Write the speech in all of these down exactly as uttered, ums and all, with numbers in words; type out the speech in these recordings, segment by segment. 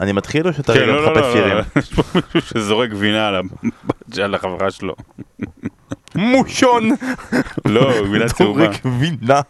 אני מתחיל או שאתה כן, רגע לא, לא, מחפש לא, שירים? לא, יש פה מישהו שזורק גבינה על הבת של החברה שלו. מושון! לא, גבינה צהובה. זורק גבינה.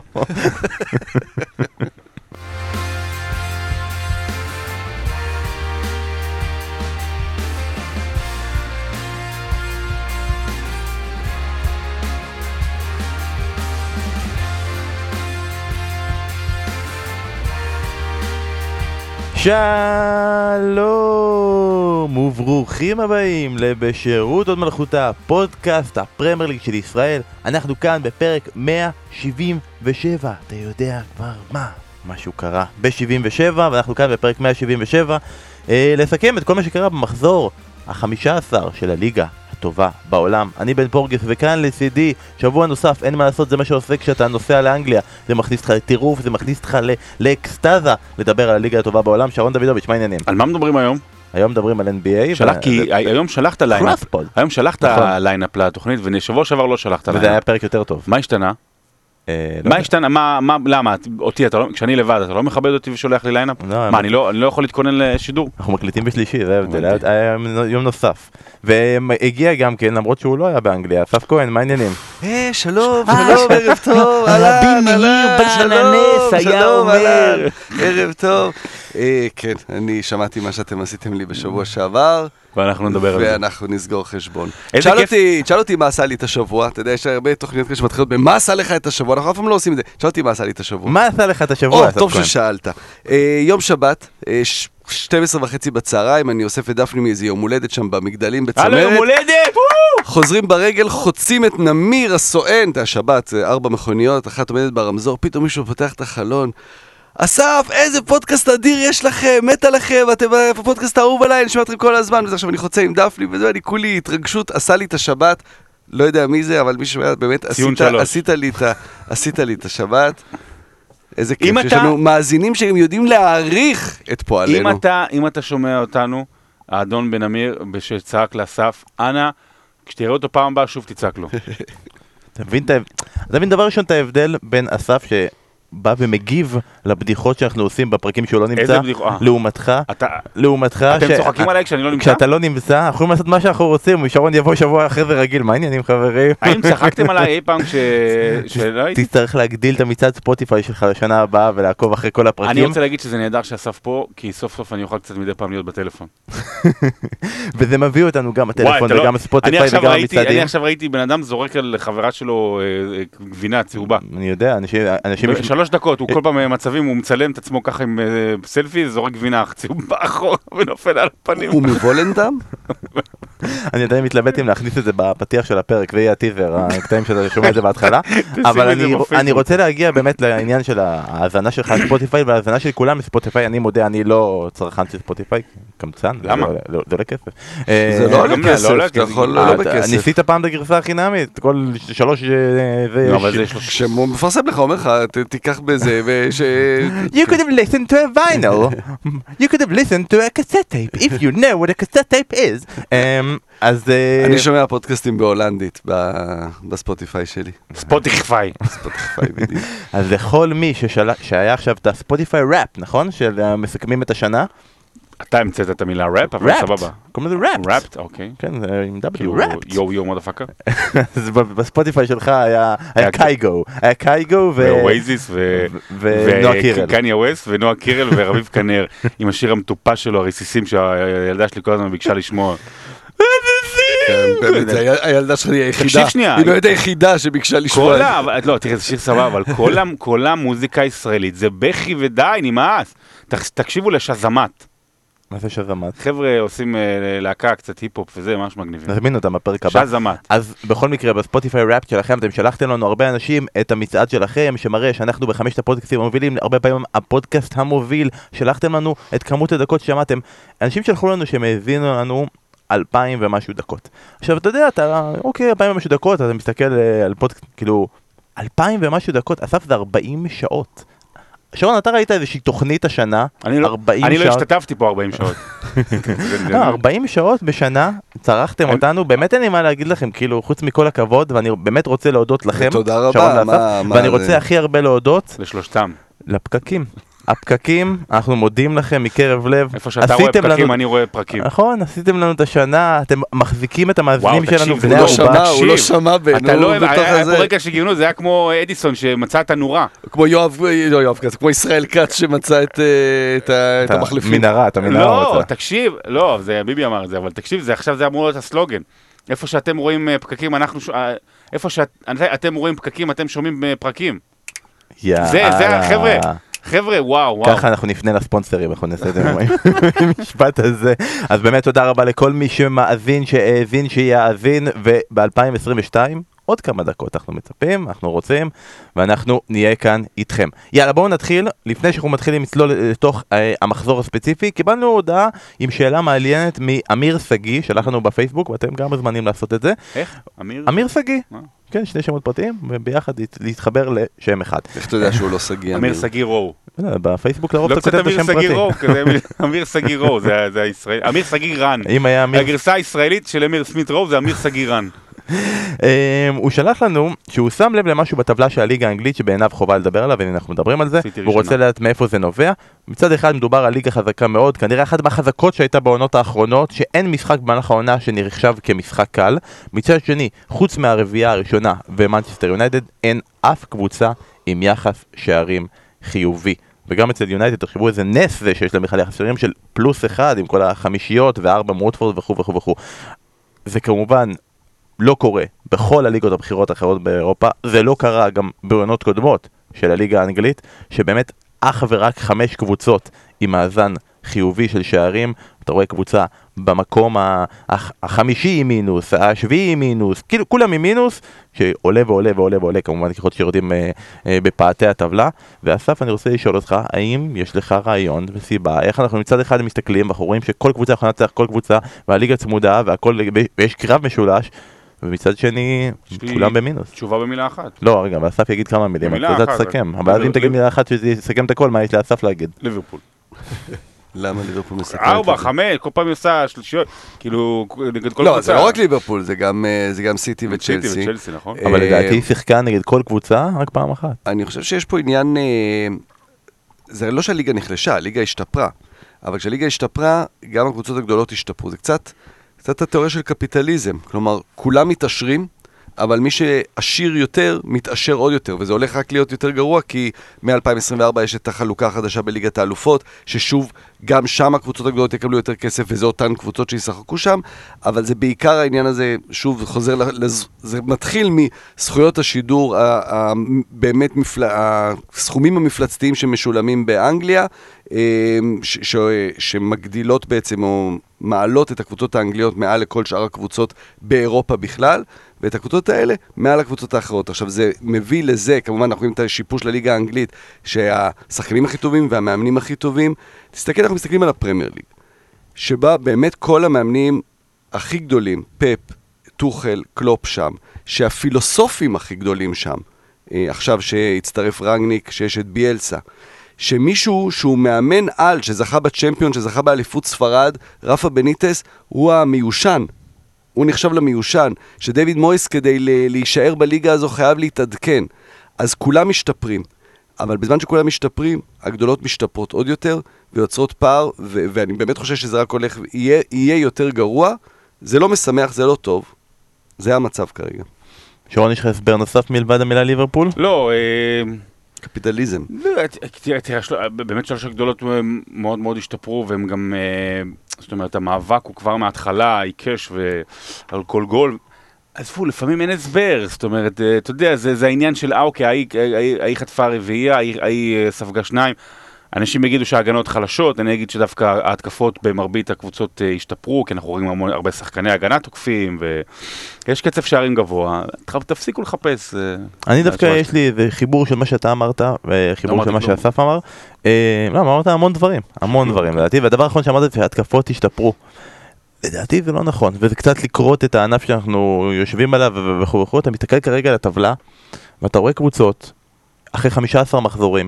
שלום וברוכים הבאים לבשירות עוד מלכותה, פודקאסט הפרמייר ליג של ישראל. אנחנו כאן בפרק מאה שבעים ושבע, אתה יודע כבר מה, משהו קרה ב-שבעים ושבע, ואנחנו כאן בפרק מאה שבעים ושבע אה, לסכם את כל מה שקרה במחזור ה-חמישה עשר של הליגה הטובה בעולם. אני בן פורגס וכאן לצידי שבוע נוסף, אין מה לעשות, זה מה שעושה כשאתה נוסע לאנגליה, זה מכניס אותך לטירוף, זה מכניס אותך לאקסטאזה לדבר על הליגה הטובה בעולם. שרון דוידוביץ', מה העניינים? על מה מדברים היום? היום מדברים על אן בי איי. שלח, כי היום שלחת ליינאפ, היום שלחת ליינאפ לתוכנית, ושבוע שעבר לא שלחת ליינאפ. וזה היה פרק יותר טוב. מה השתנה? מה השתנה? מה, למה? אותי, כשאני לבד, אתה לא מכבד אותי ושולח לי ליינאפ? מה, אני לא יכול להתכונן לשידור? אנחנו מקליטים בשלישי, זה הבדל, היה יום נוסף. והגיע גם כן, למרות שהוא לא היה באנגליה, אסף כהן, מה העניינים? אה, שלום, שלום, ערב טוב, רבי מאיר בננס היה אומר. ערב טוב. כן, אני שמעתי מה שאתם עשיתם לי בשבוע שעבר. ואנחנו נדבר על זה. ואנחנו נסגור חשבון. תשאל אותי מה עשה לי את השבוע, אתה יודע, יש הרבה תוכניות כאלה שמתחילות במה עשה לך את השבוע, אנחנו אף פעם לא עושים את זה. תשאל אותי מה עשה לי את השבוע. מה עשה לך את השבוע? טוב ששאלת. יום שבת, שתים עשרה וחצי בצהריים, אני אוסף את דפני מאיזה יום הולדת שם במגדלים בצמרת. הלו, יום הולדת! חוזרים ברגל, חוצים את נמיר הסואן, זה השבת, זה ארבע מכוניות, אחת עומדת ברמזור, פתאום מישהו פותח את החלון. אסף, איזה פודקאסט אדיר יש לכם, מתה לכם, אתם בפודקאסט האהוב עליי, אני שומע אתכם כל הזמן, וזה עכשיו אני חוצה עם דפני, וזה אני כולי התרגשות, עשה לי את השבת, לא יודע מי זה, אבל מי שומע, באמת עשית, עשית, לי את, עשית לי את השבת. איזה כיף, שיש לנו מאזינים שהם יודעים להעריך את פועלנו. אם אתה, אם אתה שומע אותנו, האדון בן אמיר, שצעק לאסף, אנא, כשתראה אותו פעם הבאה, שוב תצעק לו. אתה מבין דבר ראשון את ההבדל בין אסף ש... בא ומגיב לבדיחות שאנחנו עושים בפרקים שהוא לא נמצא, לעומתך, לעומתך, אתם צוחקים עליי כשאני לא נמצא? כשאתה לא נמצא, אנחנו יכולים לעשות מה שאנחנו רוצים, ושרון יבוא שבוע אחרי זה רגיל, מה העניינים חברים? האם צחקתם עליי אי פעם שלא הייתי? תצטרך להגדיל את המצעד ספוטיפיי שלך לשנה הבאה ולעקוב אחרי כל הפרקים. אני רוצה להגיד שזה נהדר שאסף פה, כי סוף סוף אני אוכל קצת מדי פעם להיות בטלפון. וזה מביא אותנו גם הטלפון וגם הספוטיפיי וגם המצעדים. אני עכשיו ראיתי בן אדם זורק על חברה שלו גבינה צהובה. אני יודע, אנשים שלוש דקות, הוא כל פעם מצבים, הוא מצלם את עצמו ככה עם סלפי, זורק גבינה צהובה אחורה ונופל על הפנים. הוא מבולנדם? אני עדיין מתלבט אם להכניס את זה בפתיח של הפרק, ויהיה הטיזר, הקטעים שאתה שומע את זה בהתחלה. אבל אני רוצה להגיע באמת לעניין של ההאזנה שלך לספוטיפיי, וההאזנה של כולם לספוטיפיי. אני מודה, אני לא צרכן של ספוטיפיי, קמצן. למה? זה עולה כסף. זה לא עולה כסף, אתה יכול לא בכסף. ניסית פעם בגרסה החינמית, כל שלוש... כשהוא מפרסם לך, אומר לך, תיקח בזה, וש... You could have listened to a vinyl. You could have listened to a cassette tape, if you know what a cassette tape is. אז... אני שומע פודקאסטים בהולנדית, בספוטיפיי שלי. ספוטיפיי. ספוטיפיי, בדיוק. אז לכל מי שהיה עכשיו את הספוטיפיי ראפ, נכון? של מסכמים את השנה. אתה המצאת את המילה ראפ, אבל סבבה. קוראים לזה ראפט. ראפט, אוקיי. כן, זה עם W, ראפט. יו יו מודפאקר. אז בספוטיפיי שלך היה קייגו. היה קייגו ואוייזיס ונועה קירל. קניה ווסט ונועה קירל ורביב כנר, עם השיר המטופש שלו, הרסיסים שהילדה שלי כל הזמן ביקשה לשמוע. באמת, הילדה שלי היחידה. תקשיב שנייה. היא באמת היחידה שביקשה לשמוע. לא, תראה, זה שיר סבבה, אבל כל המוזיקה הישראלית זה בכי ודי, נמאס. תקשיבו לשזמת. מה זה שזמת? חבר'ה עושים להקה קצת היפ-הופ וזה, ממש מגניבים. נזמין אותם בפרק הבא. שזמת. אז בכל מקרה, בספוטיפיי ראפ שלכם, אתם שלחתם לנו הרבה אנשים את המצעד שלכם, שמראה שאנחנו בחמשת הפודקאסטים המובילים, הרבה פעמים הפודקאסט המוביל, שלחתם לנו את כמות הדקות ששמעתם. אנשים שלחו לנו שהם האזינו לנו אלפיים ומשהו דקות. עכשיו, אתה יודע, אתה, אוקיי, אלפיים ומשהו דקות, אתה מסתכל על פודקאסט, כאילו, אלפיים ומשהו דקות, אסף זה ארבעים שעות. שרון, אתה ראית איזושהי תוכנית השנה, ארבעים שעות. אני לא השתתפתי פה ארבעים שעות. ארבעים שעות בשנה, צרכתם אותנו, באמת אין לי מה להגיד לכם, כאילו, חוץ מכל הכבוד, ואני באמת רוצה להודות לכם. תודה רבה. ואני רוצה הכי הרבה להודות. לשלושתם. לפקקים. הפקקים, אנחנו מודים לכם מקרב לב. איפה שאתה רואה פקקים, אני רואה פרקים. נכון, עשיתם לנו את השנה, אתם מחזיקים את המאזינים שלנו. הוא לא שמע, הוא לא שמע בין. היה פה רגע שגרנו, זה היה כמו אדיסון שמצא את הנורה. כמו יואב, לא יואב כץ, כמו ישראל כץ שמצא את המחליפים. מנהרה, את המנהרה. לא, תקשיב, לא, זה ביבי אמר את זה, אבל תקשיב, עכשיו זה אמור להיות הסלוגן. איפה שאתם רואים פקקים, אנחנו, איפה שאתם רואים פקקים, אתם שומעים פרקים. זה, זה, חבר'ה. חבר'ה, וואו, וואו. ככה אנחנו נפנה לספונסרים, אנחנו נעשה את זה במשפט הזה. אז באמת תודה רבה לכל מי שמאזין, שהאזין, שיאזין, וב-אלפיים עשרים ושתיים, עוד כמה דקות אנחנו מצפים, אנחנו רוצים, ואנחנו נהיה כאן איתכם. יאללה, בואו נתחיל, לפני שאנחנו מתחילים לצלול לתוך אה, המחזור הספציפי, קיבלנו הודעה עם שאלה מעניינת מאמיר סגי, שלח לנו בפייסבוק, ואתם גם מזמנים לעשות את זה. איך? אמיר? אמיר סגי. מה? כן, שני שמות פרטיים, וביחד להתחבר לשם אחד. איך אתה יודע שהוא לא סגי? אמיר סגי רו. בפייסבוק לרוב אתה כותב את השם פרטי. לא קצת אמיר סגי רו, זה הישראלי. אמיר סגי רן. הגרסה הישראלית של אמיר סמית רו זה אמיר סגי רן. הוא שלח לנו שהוא שם לב למשהו בטבלה של הליגה האנגלית שבעיניו חובה לדבר עליו, ואנחנו מדברים על זה, והוא רוצה לדעת מאיפה זה נובע. מצד אחד מדובר על ליגה חזקה מאוד, כנראה אחת מהחזקות שהייתה בעונות האחרונות, שאין משחק במהלך העונה שנחשב כמשחק קל. מצד שני, חוץ מהרביעייה הראשונה ומנצ'סטר יונייטד, אין אף קבוצה עם יחס שערים חיובי. וגם אצל יונייטד תחשבו איזה נס זה שיש להם בכלל יחס שערים של פלוס אחד עם כל החמישיות וארבע מוטפורד וכו' וכו' וכו'. זה כמובן לא קורה בכל הליגות הבחירות האחרות באירופה, זה לא קרה גם בעונות קודמות של הליגה האנגלית, שבאמת אך ורק חמש קבוצות עם מאזן חיובי של שערים, אתה רואה קבוצה במקום החמישי עם מינוס, השביעי עם מינוס, כאילו כולם עם מינוס, שעולה ועולה ועולה ועולה, כמובן ככל שיורדים אה, אה, בפאתי הטבלה. ואסף, אני רוצה לשאול אותך, האם יש לך רעיון וסיבה, איך אנחנו מצד אחד מסתכלים, ואנחנו רואים שכל קבוצה יכולה לנצח כל קבוצה, והליגה צמודה, והכל, ויש קרב משולש, ומצד שני, כולם במינוס. תשובה במילה אחת. לא, רגע, ואסף יגיד כמה מילים, במילה אחת. תסכם. אבל אם תגיד מילה אחת שזה יסכם את הכל, מה יש לאסף להגיד? ליברפול. למה ליברפול מסכם? ארבע, חמש, כל פעם עושה שלישיות, כאילו, נגד כל קבוצה. לא, זה לא רק ליברפול, זה גם סיטי וצ'לסי. סיטי וצ'לסי, נכון. אבל לדעתי שיחקה נגד כל קבוצה רק פעם אחת. אני חושב שיש פה עניין, זה לא שהליגה נחלשה, הליגה השתפרה. אבל כשהליגה השתפרה, גם הקבוצות הגדולות השתפרו. זה קצת, קצת התיאוריה של קפיטליזם. כלומר, כולם מתעשרים, אבל מי שעשיר יותר, מתעשר עוד יותר, וזה הולך רק להיות יותר גרוע, כי מ-אלפיים עשרים וארבע יש את החלוקה החדשה בליגת האלופות, ששוב, גם שם הקבוצות הגדולות יקבלו יותר כסף, וזה אותן קבוצות שישחקו שם, אבל זה בעיקר העניין הזה, שוב, חוזר, לז... זה מתחיל מזכויות השידור, באמת הסכומים המפלצתיים שמשולמים באנגליה, ש... ש... שמגדילות בעצם, או מעלות את הקבוצות האנגליות מעל לכל שאר הקבוצות באירופה בכלל, ואת הקבוצות האלה מעל הקבוצות האחרות. עכשיו זה מביא לזה, כמובן אנחנו רואים את השיפוש לליגה האנגלית, שהשחקנים הכי טובים והמאמנים הכי טובים, תסתכל, אנחנו מסתכלים על הפרמייר ליג, שבה באמת כל המאמנים הכי גדולים, פפ, טוחל, קלופ שם, שהפילוסופים הכי גדולים שם, עכשיו שהצטרף רנגניק, שיש את ביאלסה, שמישהו שהוא מאמן על, שזכה בצ'מפיון, שזכה באליפות ספרד, רפה בניטס, הוא המיושן, הוא נחשב למיושן, שדייוויד מויס כדי להישאר בליגה הזו חייב להתעדכן. אז כולם משתפרים, אבל בזמן שכולם משתפרים, הגדולות משתפרות עוד יותר, ויוצרות פער, ו- ואני באמת חושב שזה רק הולך, יהיה, יהיה יותר גרוע, זה לא משמח, זה לא טוב, זה המצב כרגע. שרון, יש לך הסבר נוסף מלבד המילה ליברפול? לא, אה... קפיטליזם. תראה, באמת שלוש הגדולות מאוד מאוד השתפרו, והם גם, זאת אומרת, המאבק הוא כבר מההתחלה, עיקש ועל כל גול. אז פו, לפעמים אין הסבר, זאת אומרת, אתה יודע, זה העניין של, אה, אוקיי, ההיא חטפה רביעייה, ההיא ספגה שניים. אנשים יגידו שההגנות חלשות, אני אגיד שדווקא ההתקפות במרבית הקבוצות השתפרו, כי אנחנו רואים הרבה שחקני הגנה תוקפים, ויש קצב שערים גבוה, תפסיקו לחפש. אני דווקא יש לי חיבור של מה שאתה אמרת, וחיבור של מה שאסף אמר. לא, אמרת המון דברים, המון דברים, לדעתי, והדבר האחרון שאמרת זה שההתקפות השתפרו. לדעתי זה לא נכון, וזה קצת לקרות את הענף שאנחנו יושבים עליו וכו' וכו', אתה מסתכל כרגע על הטבלה, ואתה רואה קבוצות, אחרי חמישה עשר מחזורים,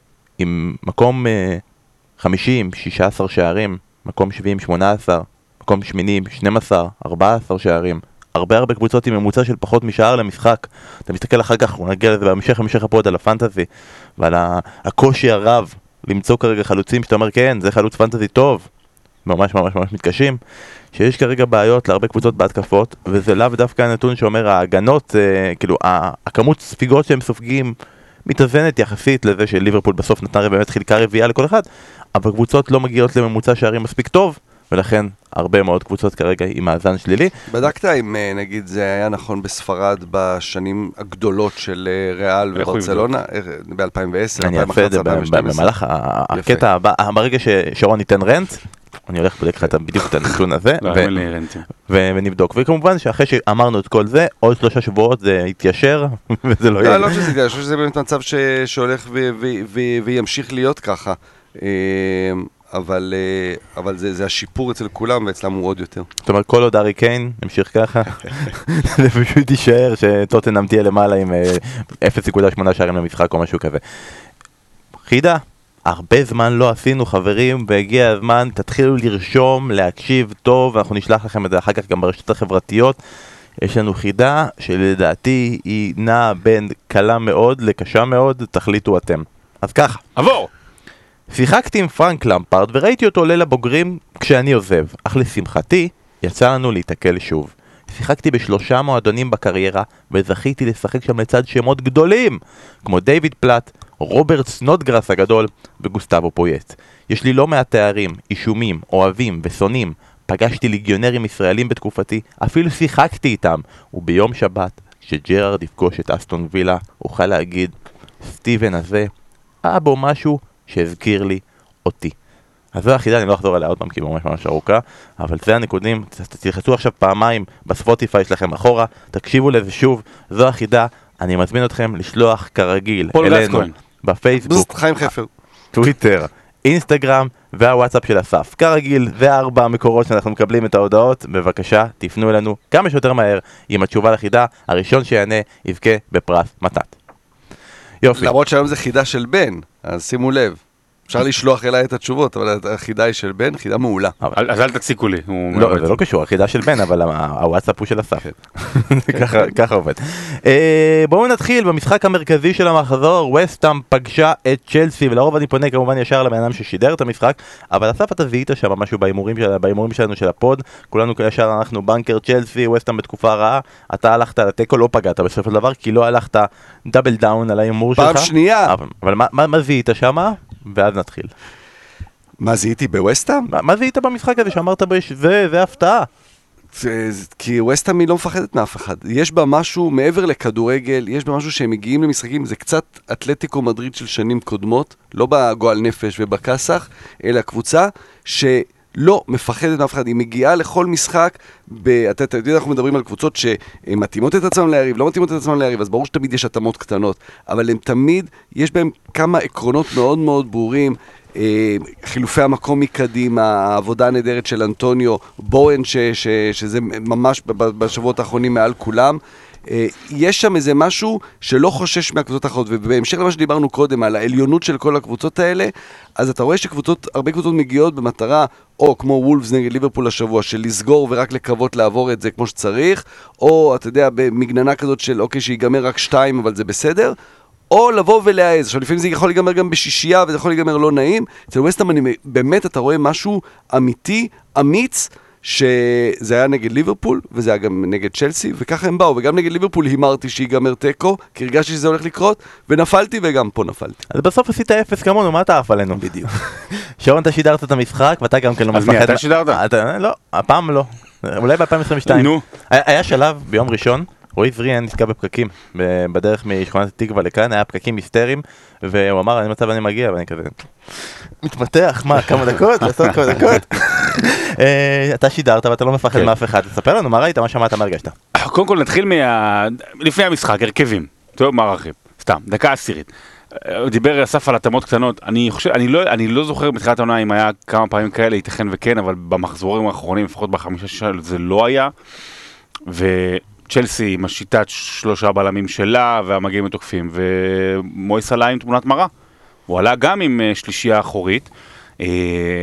עם מקום חמישים, שישה עשר שערים, מקום שבעים, שמונה עשר, מקום שמינים, שנים עשר, ארבע עשרה שערים, הרבה הרבה קבוצות עם ממוצע של פחות משער למשחק. אתה מסתכל אחר כך, הוא נגיע לזה בהמשך, המשך הפועד על הפנטזי, ועל הקושי הרב למצוא כרגע חלוצים שאתה אומר כן, זה חלוץ פנטזי טוב, ממש ממש ממש מתקשים, שיש כרגע בעיות להרבה קבוצות בהתקפות, וזה לאו דווקא הנתון שאומר ההגנות, אה, כאילו, הכמות ספיגות שהם סופגים מתאזנת יחסית לזה שליברפול בסוף נתנה באמת חילקה רביעייה לכל אחד, אבל קבוצות לא מגיעות לממוצע שערים מספיק טוב, ולכן הרבה מאוד קבוצות כרגע עם מאזן שלילי. בדקת אם נגיד זה היה נכון בספרד בשנים הגדולות של ריאל וברצלונה ב-אלפיים ועשר, אני אעשה את זה במהלך הקטע הבא, ברגע ששרון ייתן רנט, אני הולך בדק לך בדיוק את הנתון הזה ונבדוק, וכמובן שאחרי שאמרנו את כל זה, עוד שלושה שבועות זה יתיישר וזה לא יהיה. לא שזה יתיישר, אני חושב שזה באמת מצב שהולך וימשיך להיות ככה. אבל, אבל זה, זה השיפור אצל כולם, ואצלם הוא עוד יותר. זאת אומרת, כל עוד ארי קיין נמשיך ככה, זה פשוט יישאר שטוטנהאם תהיה למעלה עם אפס נקודה שמונה שערים למשחק או משהו כזה. חידה, הרבה זמן לא עשינו חברים, והגיע הזמן, תתחילו לרשום, להקשיב טוב, ואנחנו נשלח לכם את זה אחר כך גם ברשתות החברתיות. יש לנו חידה שלדעתי היא נעה בין קלה מאוד לקשה מאוד, תחליטו אתם. אז ככה. עבור! שיחקתי עם פרנק למפרד וראיתי אותו עולה לבוגרים כשאני עוזב, אך לשמחתי יצא לנו להתקל שוב. שיחקתי בשלושה מועדונים בקריירה וזכיתי לשחק שם לצד שמות גדולים כמו דיוויד פלט, רוברט סנודגרס הגדול וגוסטבו פויט. יש לי לא מעט תארים, אישומים, אוהבים ושונאים. פגשתי ליגיונרים ישראלים בתקופתי, אפילו שיחקתי איתם, וביום שבת כשג'רארד יפגוש את אסטון וילה אוכל להגיד סטיבן הזה היה בו משהו שהזכיר לי אותי. אז זו החידה, אני לא אחזור עליה עוד פעם כי היא ממש ממש ארוכה, אבל זה הנקודים, תלחצו עכשיו פעמיים בספוטיפיי שלכם אחורה, תקשיבו לזה שוב, זו החידה, אני מזמין אתכם לשלוח כרגיל אלינו בפייסבוק, חיים חפר, טוויטר, אינסטגרם והוואטסאפ של אסף. כרגיל, זה ארבע המקורות שאנחנו מקבלים את ההודעות, בבקשה תפנו אלינו כמה שיותר מהר עם התשובה לחידה, הראשון שיענה יזכה בפרס מתת. יופי. למרות שהיום זה חידה של בן, אז שימו לב. אפשר לשלוח אליי את התשובות, אבל החידה היא של בן, חידה מעולה. אז אל תציקו לי. לא, זה לא קשור, החידה של בן, אבל הוואטסאפ הוא של אסף. ככה עובד. בואו נתחיל במשחק המרכזי של המחזור, וסטהאם פגשה את צ'לסי, ולרוב אני פונה כמובן ישר לבן אדם ששידר את המשחק, אבל אסף אתה זיהית שם משהו בהימורים שלנו של הפוד, כולנו ישר אנחנו בנקר צ'לסי, וסטהאם בתקופה רעה, אתה הלכת לתיקו, לא פגעת בסופו של דבר, כי לא הלכת דאבל דאון על ההימור שלך. פעם שנייה. אבל מה זיהית שם? ואז נתחיל. מה זיהיתי בווסטהאם? מה, מה זיהית במשחק הזה שאמרת בש... זה, זה הפתעה? כי ווסטהאם היא לא מפחדת מאף אחד. יש בה משהו מעבר לכדורגל, יש בה משהו שהם מגיעים למשחקים, זה קצת אתלטיקו מדריד של שנים קודמות, לא בגועל נפש ובקסח, אלא קבוצה שלא מפחדת מאף אחד. היא מגיעה לכל משחק, ב... אתה, אתה יודע, אנחנו מדברים על קבוצות שמתאימות את עצמם ליריב, לא מתאימות את עצמם ליריב, אז ברור שתמיד יש התאמות קטנות, אבל הם תמיד, יש בהם כמה עקרונות מאוד מאוד ברורים, חילופי המקום מקדימה, העבודה הנהדרת של אנטוניו, בואן, ש, ש, שזה ממש בשבועות האחרונים מעל כולם, יש שם איזה משהו שלא חושש מהקבוצות האחרות, ובהמשך למה שדיברנו קודם על העליונות של כל הקבוצות האלה, אז אתה רואה שקבוצות, הרבה קבוצות מגיעות במטרה, או כמו וולפס נגד ליברפול השבוע, של לסגור ורק לקוות לעבור את זה כמו שצריך, או אתה יודע, במגננה כזאת של אוקיי, שיגמר רק שתיים, אבל זה בסדר, או לבוא ולהעז. עכשיו, לפעמים זה יכול להיגמר גם בשישייה, וזה יכול להיגמר לא נעים. אצל ווסטהאם, באמת אתה רואה משהו אמיתי, אמיץ, שזה היה נגד ליברפול, וזה היה גם נגד צ'לסי, וככה הם באו, וגם נגד ליברפול הימרתי שיגמר טקו, כי הרגשתי שזה הולך לקרות, ונפלתי, וגם פה נפלתי. אז בסוף עשית אפס כמונו, מה אתה עף עלינו? בדיוק. שרון, אתה שידרת את המשחק, ואתה גם כן לא מפחד. אז מי, אתה שידרת? לא, הפעם לא. אולי ב-אלפיים עשרים ושתיים. נו. היה שלב ביום ראשון, רועי זריאן נתקע בפקקים, בדרך משכונת התקווה לכאן, היה פקקים היסטריים, והוא אמר, אני מצב אני מגיע, ואני כזה מתמתח, מה, כמה דקות? לעשות כמה דקות? אתה שידרת ואתה לא מפחד מאף אחד, תספר לנו מה ראית, מה שמעת, מה הרגשת? קודם כל נתחיל לפני המשחק, הרכבים, טוב, מערכים, סתם, דקה עשירית. דיבר אסף על התאמות קטנות, אני חושב, אני לא, אני לא זוכר בתחילת העונה אם היה כמה פעמים כאלה, ייתכן וכן, אבל במחזורים האחרונים, לפחות בחמישה שעה, זה לא היה, ו... צ'לסי עם השיטת שלושה בלמים שלה והמגיעים התוקפים, ומויס עלה עם תמונת מראה. הוא עלה גם עם שלישייה אחורית, ו-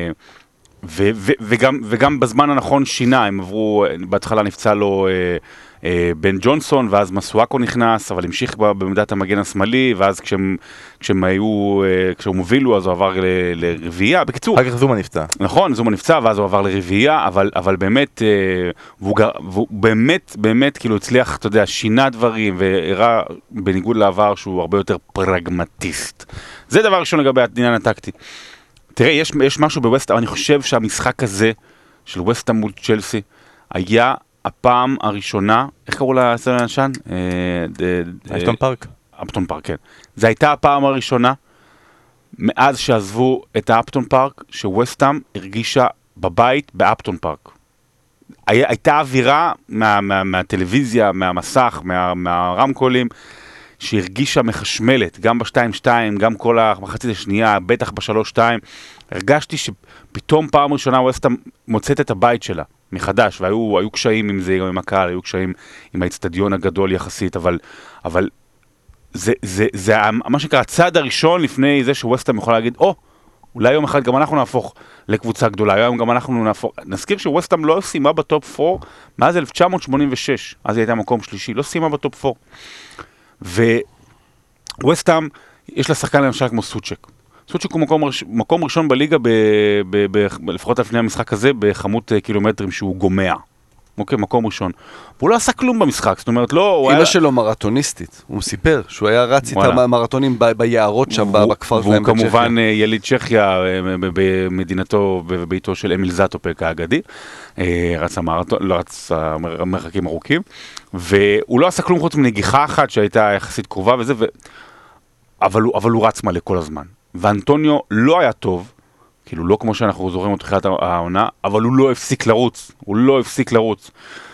ו- וגם, וגם בזמן הנכון שינה, הם עברו, בהתחלה נפצע לו בן ג'ונסון, ואז מסואקו נכנס, אבל המשיך בעמדת המגן השמאלי, ואז כשהם, כשהם היו, כשהם הובילו, אז הוא עבר ל, לרביעייה. בקיצור... אחר כך זומה נפצע. נכון, זומה נפצע, ואז הוא עבר לרביעייה, אבל, אבל באמת, והוא, והוא באמת, באמת, כאילו הצליח, אתה יודע, שינה דברים, והראה בניגוד לעבר שהוא הרבה יותר פרגמטיסט. זה דבר ראשון לגבי העניין הטקטי. תראה, יש, יש משהו בווסטהאם, אני חושב שהמשחק הזה, של ווסטהאם מול צ'לסי, היה הפעם הראשונה, איך קראו לה סלן הנשן? אפטון פארק. אפטון פארק, כן. זו הייתה הפעם הראשונה, מאז שעזבו את האפטון פארק, שווסטהאם הרגישה בבית באפטון פארק. הי, הייתה אווירה מה, מה, מהטלוויזיה, מהמסך, מה, מהרמקולים, שהרגישה מחשמלת, גם ב-שתיים שתיים, גם כל המחצית השנייה, בטח ב-שלוש שתיים. הרגשתי שפתאום פעם ראשונה ווסטהאם מוצאת את הבית שלה מחדש, והיו היו קשיים עם זה, גם עם הקהל, היו קשיים עם האצטדיון הגדול יחסית, אבל, אבל זה, זה, זה מה שנקרא הצעד הראשון לפני זה שווסטהאם יכולה להגיד, או, אולי יום אחד גם אנחנו נהפוך לקבוצה גדולה, היום גם אנחנו נהפוך, נזכיר שווסטהאם לא סיימה בטופ ארבע מאז אלף תשע מאות שמונים ושש, אז היא הייתה מקום שלישי, לא סיימה בטופ ארבע. וווסטהאם, יש לה שחקן למשל כמו סוצ'ק. סוצ'ק הוא מקום, ראש, מקום ראשון בליגה, ב, ב, ב, ב, לפחות לפני המשחק הזה, בכמות קילומטרים שהוא גומע. אוקיי, מקום ראשון. והוא לא עשה כלום במשחק, זאת אומרת, לא... אמא היה... שלו מרתוניסטית, הוא סיפר שהוא היה רץ איתה מרתונים ב, ביערות שם, והוא, בכפר שלהם בצ'כיה. והוא כמובן יליד צ'כיה, במדינתו ובביתו של אמיל זאטופק האגדי. רץ המרתון, לא רץ מרחקים ארוכים. והוא לא עשה כלום חוץ מנגיחה אחת שהייתה יחסית קרובה וזה, ו... אבל, הוא, אבל הוא רץ מלא כל הזמן. ואנטוניו לא היה טוב, כאילו לא כמו שאנחנו זוכרים את תחילת העונה, אבל הוא לא הפסיק לרוץ, הוא לא הפסיק לרוץ.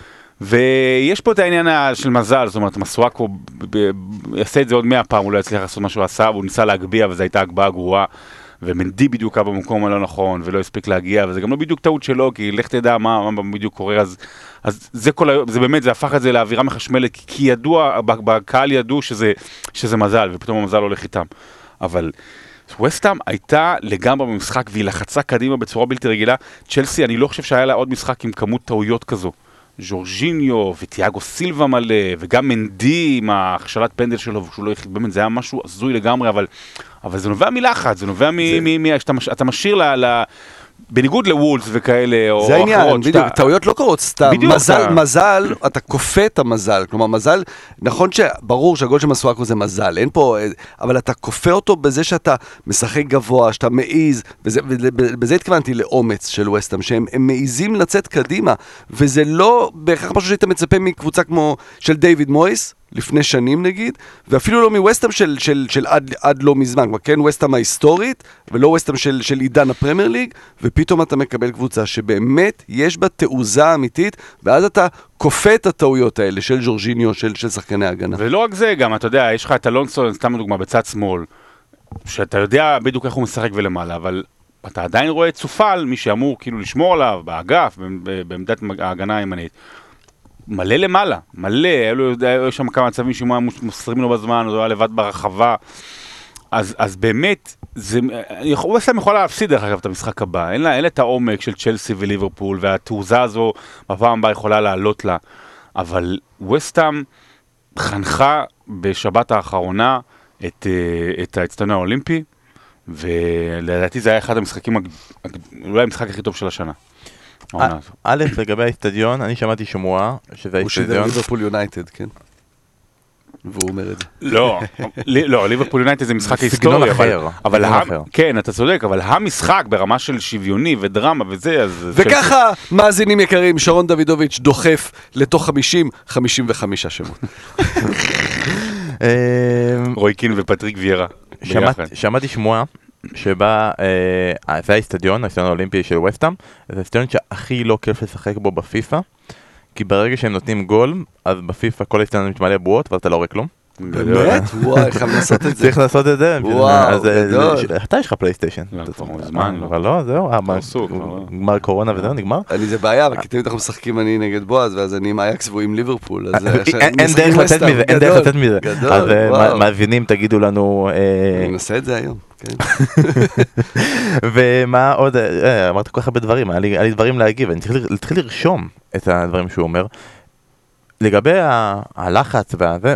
ויש פה את העניין של מזל, זאת אומרת, מסואקו יעשה את זה עוד מאה פעם, הוא לא יצליח לעשות מה שהוא עשה, והוא ניסה להגביע, וזו הייתה הגבהה גרועה, ומנדי בדיוק היה במקום הלא נכון, ולא הספיק להגיע, וזה גם לא בדיוק טעות שלו, כי לך תדע מה, מה בדיוק קורה, אז, אז זה, כל, זה באמת, זה הפך את זה לאווירה מחשמלת, כי ידוע, בקהל ידעו שזה, שזה מזל, ופתאום המזל הולך איתם. אבל ווסטהאם הייתה לגמרי במשחק, והיא לחצה קדימה בצורה בלתי רגילה. צ'לסי, אני לא חושב שהיה לה עוד משחק עם כמות טעויות כזו. ז'ורג'יניו ותיאגו סילבה מלא, וגם מנדי עם ההכשלת פנדל שלו, ושהוא לא יחיד, באמת, זה היה משהו הזוי לגמרי, אבל, אבל זה נובע מלחץ, זה נובע מ... מ... שאתה, אתה משאיר ל... ל... בניגוד לוולס וכאלה, או אחרות. זה העניין, בדיוק, טעויות לא קורות סתם. מזל, מזל, אתה כופה את המזל. כלומר, מזל, נכון שברור שהגול של מסואקו זה מזל, אין פה, אבל אתה כופה אותו בזה שאתה משחק גבוה, שאתה מעיז, ובזה התכוונתי לאומץ של ווסטהאם, שהם מעיזים לצאת קדימה, וזה לא בהכרח משהו שהיית מצפה מקבוצה כמו של דיוויד מויס, לפני שנים נגיד, ואפילו לא מווסטהאם של, של, של עד, עד לא מזמן, כן, ווסטהאם ההיסטורית, ולא ווסטהאם של, של עידן הפרמייר ליג, ופתאום אתה מקבל קבוצה שבאמת יש בה תעוזה אמיתית, ואז אתה כופה את הטעויות האלה של ז'ורג'יניו, של, של שחקני ההגנה. ולא רק זה, גם אתה יודע, יש לך את אלונסו, סתם דוגמה, בצד שמאל, שאתה יודע בדיוק איך הוא משחק ולמעלה, אבל אתה עדיין רואה את סופל, מי שאמור כאילו לשמור עליו, באגף, בעמדת ההגנה הימנית, מלא למעלה, מלא, היו שם כמה מצבים שהם מוסרים לו בזמן, הוא היה לבד ברחבה, אז, אז באמת, ווסטהאם יכולה להפסיד דרך אגב את המשחק הבא, אין לה, אין לה את העומק של צ'לסי וליברפול, והתעוזה הזו בפעם הבאה יכולה לעלות לה, אבל ווסטהאם חנכה בשבת האחרונה את, את האצטדיון האולימפי, ולדעתי זה היה אחד המשחקים, אולי המשחק הכי טוב של השנה. א', לגבי האצטדיון, אני שמעתי שמועה שזה האצטדיון. הוא שידר ליברפול יונייטד, כן? והוא אומר את זה. לא, לא, ליברפול יונייטד זה משחק היסטורי, אבל כן, אתה צודק, אבל המשחק ברמה של שוויוני ודרמה וזה, אז... וככה, מאזינים יקרים, שרון דוידוביץ' דוחף לתוך חמישים, חמישים וחמישה שמות. רוי קין ופטריק ויירה. שמעתי שמועה שבה, זה האצטדיון, האצטדיון האולימפי של ווסטהאם, זה האצטדיון שהכי לא כיף לשחק בו בפיפה, כי ברגע שהם נותנים גול, אז בפיפה כל האצטדיון מתמלא בועות, ואתה לא רואה כלום. באמת? וואי, חייב לעשות את זה. צריך לעשות את זה. וואו, גדול. אתה יש לך פלייסטיישן. זמן. אבל לא, זהו, גמר קורונה וזהו, נגמר. אני זה בעיה, כי תמיד אנחנו משחקים אני נגד בועז, ואז אני עם אייקס והוא עם ליברפול. אין דרך לצאת מזה, אין דרך לצאת מזה. אז מאזינים תגידו לנו... אני נעשה את זה היום, כן. ומה עוד, אמרת כל כך הרבה דברים, היה לי דברים להגיב, אני צריך להתחיל לרשום את הדברים שהוא אומר. לגבי ה- הלחץ והזה,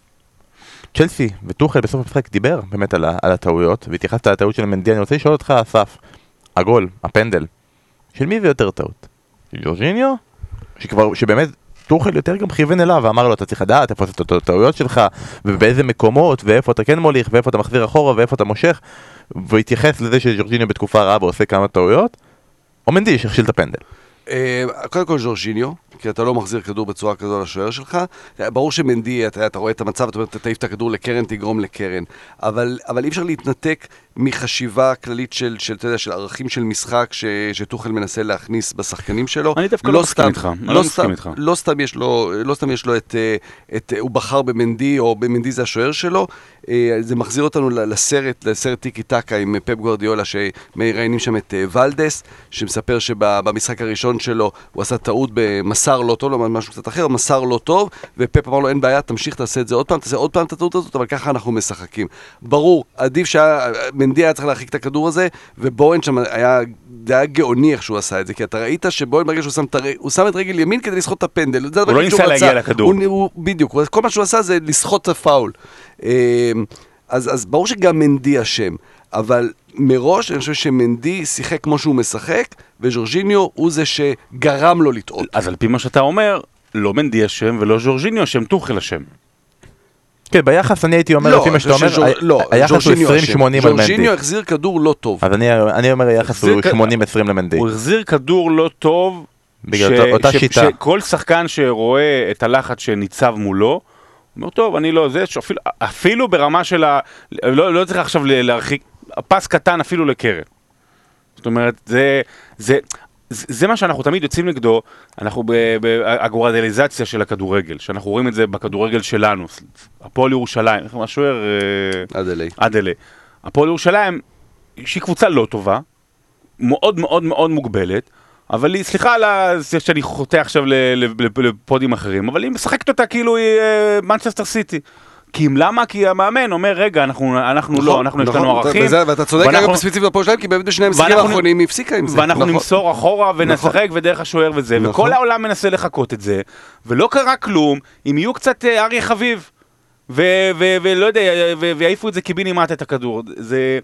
צ'לסי וטוחל בסוף המשחק דיבר באמת על, ה- על הטעויות, והתייחסת על הטעות של מנדי. אני רוצה לשאול אותך, אסף, הגול, הפנדל, של מי זה יותר טעות? של ג'ורג'יניו? שכבר, שבאמת טוחל יותר גם כיוון אליו ואמר לו, אתה צריך לדעת איפה עשית את הטעויות שלך, ובאיזה מקומות, ואיפה אתה כן מוליך, ואיפה אתה מחזיר אחורה, ואיפה אתה מושך, והתייחס לזה שג'ורג'יניו בתקופה רעה ועושה כמה טעויות, או מנדי שהכשיל את הפנדל. קודם כל ז'ורג'יניו, כי אתה לא מחזיר כדור בצורה כזו לשוער שלך. ברור שמנדי, אתה, אתה רואה את המצב, אתה אומר, תעיף את הכדור לקרן, תגרום לקרן. אבל, אבל אי אפשר להתנתק מחשיבה כללית של, של, אתה יודע, של ערכים של משחק ש, שטוחל מנסה להכניס בשחקנים שלו. אני דווקא לא מסכים איתך. לא, לא מסכים איתך. לא סתם יש לו, לא סתם יש לו את, את, הוא בחר במנדי, או במנדי זה השוער שלו. זה מחזיר אותנו לסרט, לסרט טיקי טקה עם פפ גוארדיולה, שמראיינים שם את ולדס, שמספר שבמשחק הראשון שלו הוא עשה טעות במסר לא טוב, לא משהו קצת אחר, מסר לא טוב, ופפ אמר לו, אין בעיה, תמשיך, תעשה את זה עוד פעם, תעשה עוד פעם את הטעות הזאת, אבל ככה אנחנו משחקים. ברור, עדיף שמנדי היה צריך להרחיק את הכדור הזה, ובואן שם היה, זה היה גאוני איך שהוא עשה את זה, כי אתה ראית שבואן ברגע שהוא שם, הוא שם את רגל ימין כדי לסחוט את הפנדל. הוא לא ניסה להגיע לכדור. בדיוק, כל מה שהוא עשה זה לסחוט את הפאול. אז, אז ברור שגם מנדי אשם, אבל מראש אני חושב שמנדי שיחק כמו שהוא משחק, וז'ורג'יניו הוא זה שגרם לו לטעות. אז על פי מה שאתה אומר, לא מנדי אשם ולא ז'ורג'יניו אשם, טוחל אשם. כן, ביחס אני הייתי אומר, לפי מה שאתה אומר, היחס הוא עשרים שמונים על מנדי. ז'ורג'יניו החזיר כדור לא טוב. אז אני אומר, היחס הוא שמונים עשרים למנדי. הוא החזיר כדור לא טוב, בגלל אותה שיטה. שכל שחקן שרואה את הלחץ שניצב מולו, אומר, טוב, אני לא, זה אפילו, אפילו ברמה של ה... לא, לא צריך עכשיו להרחיק, פס קטן אפילו לקרן. זאת אומרת, זה, זה, זה, זה מה שאנחנו תמיד יוצאים נגדו, אנחנו באגורדליזציה של הכדורגל, שאנחנו רואים את זה בכדורגל שלנו, הפועל ירושלים, השוער... אדלי. אדלי. הפועל ירושלים, שהיא קבוצה לא טובה, מאוד מאוד מאוד מוגבלת, אבל היא, סליחה על זה שאני חוטא עכשיו לפודים אחרים, אבל היא משחקת אותה כאילו היא מנצ'סטר סיטי. כי אם למה? כי המאמן אומר, רגע, אנחנו לא, אנחנו יש לנו ערכים. ואתה צודק אגב בספציפית בפועל שלהם, כי באמת בשני המשחקים האחרונים היא הפסיקה עם זה. ואנחנו נמסור אחורה ונשחק ודרך השוער וזה, וכל העולם מנסה לחכות את זה, ולא קרה כלום, אם יהיו קצת אריה חביב, ולא יודע, ויעיפו את זה קיבינימט את הכדור. זה...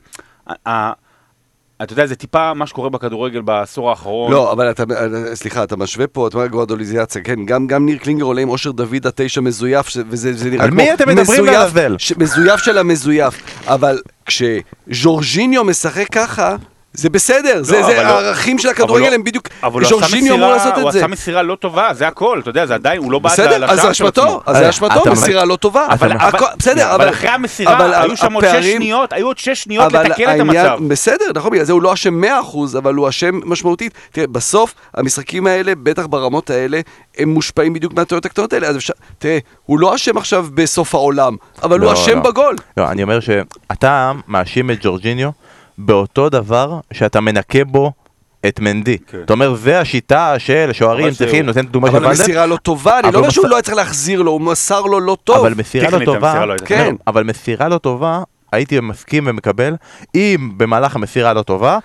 אתה יודע, זה טיפה מה שקורה בכדורגל בעשור האחרון. לא, אבל אתה, סליחה, אתה משווה פה, אתה אומר גוארדיוליזציה, כן, גם, גם ניר קלינגר עולה עם אושר דוד התשע מזויף, וזה זה נראה על מי אתם מדברים לעזל? מזויף של המזויף, אבל כשז'ורג'יניו משחק ככה, זה בסדר, זה הערכים של הכדורגל הם בדיוק, ז'ורג'יניו אמור לעשות את זה. הוא עשה מסירה לא טובה, זה הכל, אתה יודע, זה עדיין, הוא לא בעד לשער של עצמו. בסדר, אז זה אשמתו, אז זה אשמתו, מסירה לא טובה. אבל אחרי המסירה, היו שם עוד שש שניות, היו עוד שש שניות לתקן את המצב. בסדר, נכון, בגלל זה הוא לא אשם מאה אחוז, אבל הוא אשם משמעותית. תראה, בסוף, המשחקים האלה, בטח ברמות האלה, הם מושפעים בדיוק מהטעויות הקטנות האלה. תראה, הוא לא אשם עכשיו בסוף העולם, אבל הוא אשם בגול. לא, אני אומר שאתה מאשים את ג'ורג'יניו באותו דבר שאתה מנקה בו את מנדי. אתה אומר, זה השיטה של שוערים צריכים, נותן את דוגמה של ולדן. אבל מסירה לא טובה, אני לא אומר שהוא לא צריך להחזיר לו, הוא מסר לו לא טוב. אבל מסירה לא טובה, כן, אבל מסירה לא טובה, הייתי מסכים ומקבל, אם במהלך המסירה לא טובה,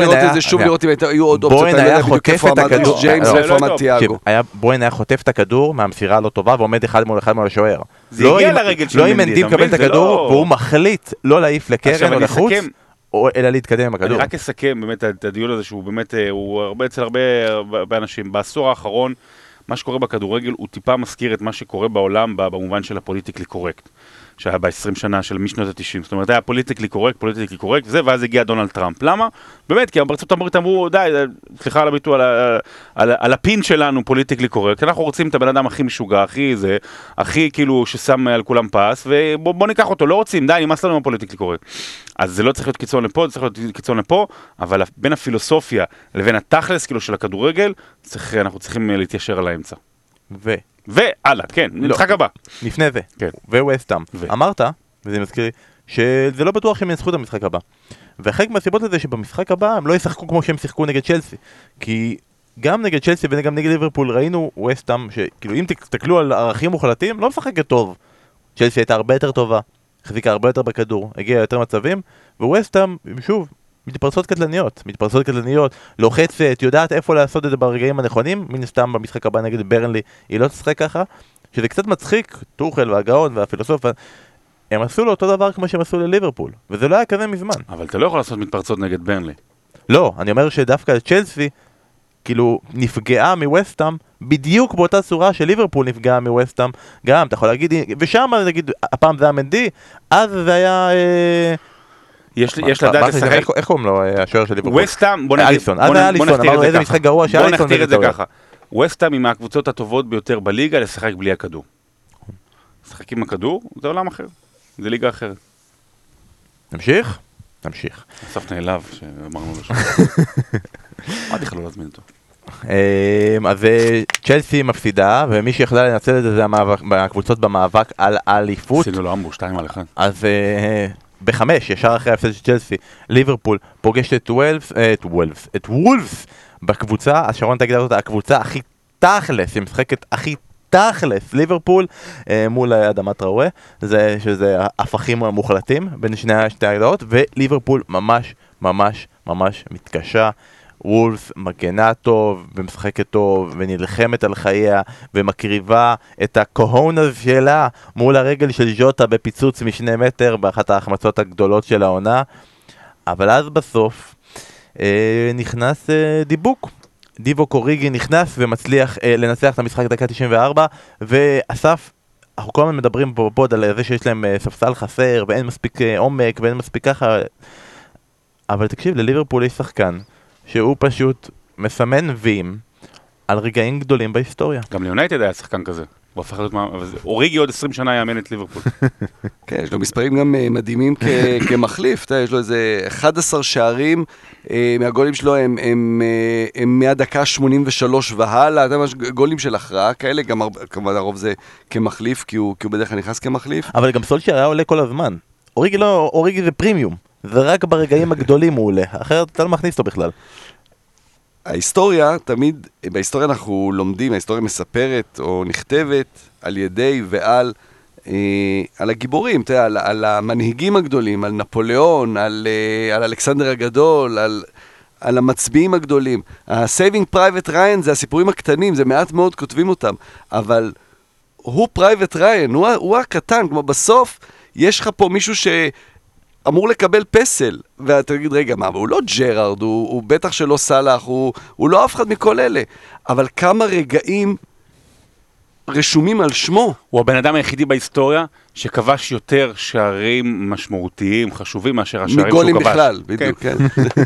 בואן היה חוטף את הכדור, בואן היה חוטף את הכדור מהמסירה לא טובה, ועומד אחד מול אחד מול השוער. זה הגיע לרגל של מנדי, לא אם מנדי מקבל את הכדור, והוא מחליט לא להעיף לקרן או לחוץ, אלא להתקדם עם הכדור. אני רק אסכם באמת את הדיון הזה שהוא באמת, הוא הרבה אצל הרבה, הרבה אנשים. בעשור האחרון, מה שקורה בכדורגל הוא טיפה מזכיר את מה שקורה בעולם במובן של הפוליטיקלי קורקט, שהיה ב-עשרים שנה של משנות ה-תשעים. זאת אומרת, היה פוליטיקלי קורקט, פוליטיקלי קורקט, וזה, ואז הגיע דונלד טראמפ. למה? באמת, כי בארצות הברית אמרו, די, סליחה על הביטוי, על, על, על הפין שלנו פוליטיקלי קורקט, אנחנו רוצים את הבן אדם הכי משוגע, הכי זה, הכי כאילו ששם על כולם פס, ובוא ניקח אותו, לא רוצים, די, נמאס לנו הפוליטיקלי קורקט. אז זה לא צריך להיות קיצון לפה, זה צריך להיות קיצון לפה, אבל בין הפילוסופיה לבין התכלס כאילו של הכדורגל, צריך, אנחנו צריכים להתיישר על האמצע. ו... והלאה, כן, נצחק הבא. לפני זה, וווסטהאם. אמרת, וזה מזכיר לי, שזה לא בטוח שהם ינצחו את המשחק הבא. וחלק מהסיבות לזה שבמשחק הבא הם לא ישחקו כמו שהם שיחקו נגד צ'לסי. כי גם נגד צ'לסי וגם נגד ליברפול ראינו ווסטהאם, שכאילו אם תסתכלו על ערכים מוחלטים, לא משחקת טוב. צ'לסי הייתה הרבה יותר טובה, החזיקה הרבה יותר בכדור, הגיעה יותר מצבים, וווסטהאם, שוב, מתפרצות קטלניות, מתפרצות קטלניות, לוחצת, יודעת איפה לעשות את זה ברגעים הנכונים, מן הסתם במשחק הבא נגד ברנלי היא לא תשחק ככה, שזה קצת מצחיק, טוחל והגאון והפילוסוף, הם עשו לו אותו דבר כמו שהם עשו לליברפול, וזה לא היה כזה מזמן. אבל אתה לא יכול לעשות מתפרצות נגד ברנלי. לא, אני אומר שדווקא צ'לסי, כאילו, נפגעה מווסטהאם, בדיוק באותה צורה שליברפול נפגעה מווסטהאם, גם, אתה יכול להגיד, ושם, נגיד, הפעם זה היה מנדי, אז זה היה... יש לדעת לשחק... איך קוראים לו, השוער של ליברפול? ווסטהאם, בוא נכתיר את זה ככה. ווסטהאם היא מהקבוצות הטובות ביותר בליגה לשחק בלי הכדור. לשחק עם הכדור, זה עולם אחר. זה ליגה אחרת. נמשיך? נמשיך. אסף נעלב שאמרנו לשם. אמרתי לך לא להזמין אותו. אז צ'לסי מפסידה, ומי שיכולה לנצל את זה זה הקבוצות במאבק על האליפות. עשינו לו אמבו, שתיים על אחד. אז בחמש, ישר אחרי ההפסד של צ'לסי, ליברפול פוגשת את וולפס, את וולפס, את וולפס בקבוצה, אז שרון תגיד אותה, הקבוצה הכי תכלס, היא משחקת הכי תכלס, ליברפול מול אדמת ראוה, זה שזה הפכים מוחלטים בין שני הגדרות, וליברפול ממש ממש ממש מתקשה. וולפס מגנה טוב ומשחקת טוב ונלחמת על חייה ומקריבה את הקוהונס שלה מול הרגל של ז'וטה בפיצוץ משני מטר באחת ההחמצות הגדולות של העונה, אבל אז בסוף אה, נכנס אה, דיבוק. דיבו קוריגי נכנס ומצליח אה, לנצח את המשחק דקה תשעים וארבע, ואסף, אנחנו כל הזמן מדברים פה בפוד על זה שיש להם אה, ספסל חסר ואין מספיק אה, עומק ואין מספיק ככה, אבל תקשיב, לליברפול יש שחקן שהוא פשוט מסמן ויים על רגעים גדולים בהיסטוריה. גם ליונייטד היה שחקן כזה. הוא הפך להיות מה... אוריגי עוד עשרים שנה יאמן את ליברפול. כן, יש לו מספרים גם מדהימים כמחליף. יש לו איזה אחד עשר שערים מהגולים שלו הם מהדקה שמונים ושלוש והלאה. אתה יודע, גולים של הכרעה כאלה, גם כמובן הרוב זה כמחליף, כי הוא בדרך כלל נכנס כמחליף. אבל גם סולשייר היה עולה כל הזמן. אוריגי לא, אוריגי זה פרימיום. זה רק ברגעים הגדולים הוא עולה, אחרת אתה לא מכניס אותו בכלל. ההיסטוריה, תמיד, בהיסטוריה אנחנו לומדים, ההיסטוריה מספרת או נכתבת על ידי ועל אה, על הגיבורים, אתה יודע, על, על המנהיגים הגדולים, על נפוליאון, על, אה, על אלכסנדר הגדול, על, על המצביעים הגדולים. ה-Saving Private Ryan זה הסיפורים הקטנים, זה מעט מאוד כותבים אותם, אבל הוא Private Ryan, הוא, הוא הקטן, כמו בסוף יש לך פה מישהו ש... אמור לקבל פסל, ואתה תגיד, רגע, מה, הוא לא ג'רארד, הוא, הוא בטח שלא סלח, הוא, הוא לא אף אחד מכל אלה, אבל כמה רגעים רשומים על שמו. הוא הבן אדם היחידי בהיסטוריה שכבש יותר שערים משמעותיים, חשובים מאשר השערים שהוא כבש. מגולים בכלל, בדיוק, כן.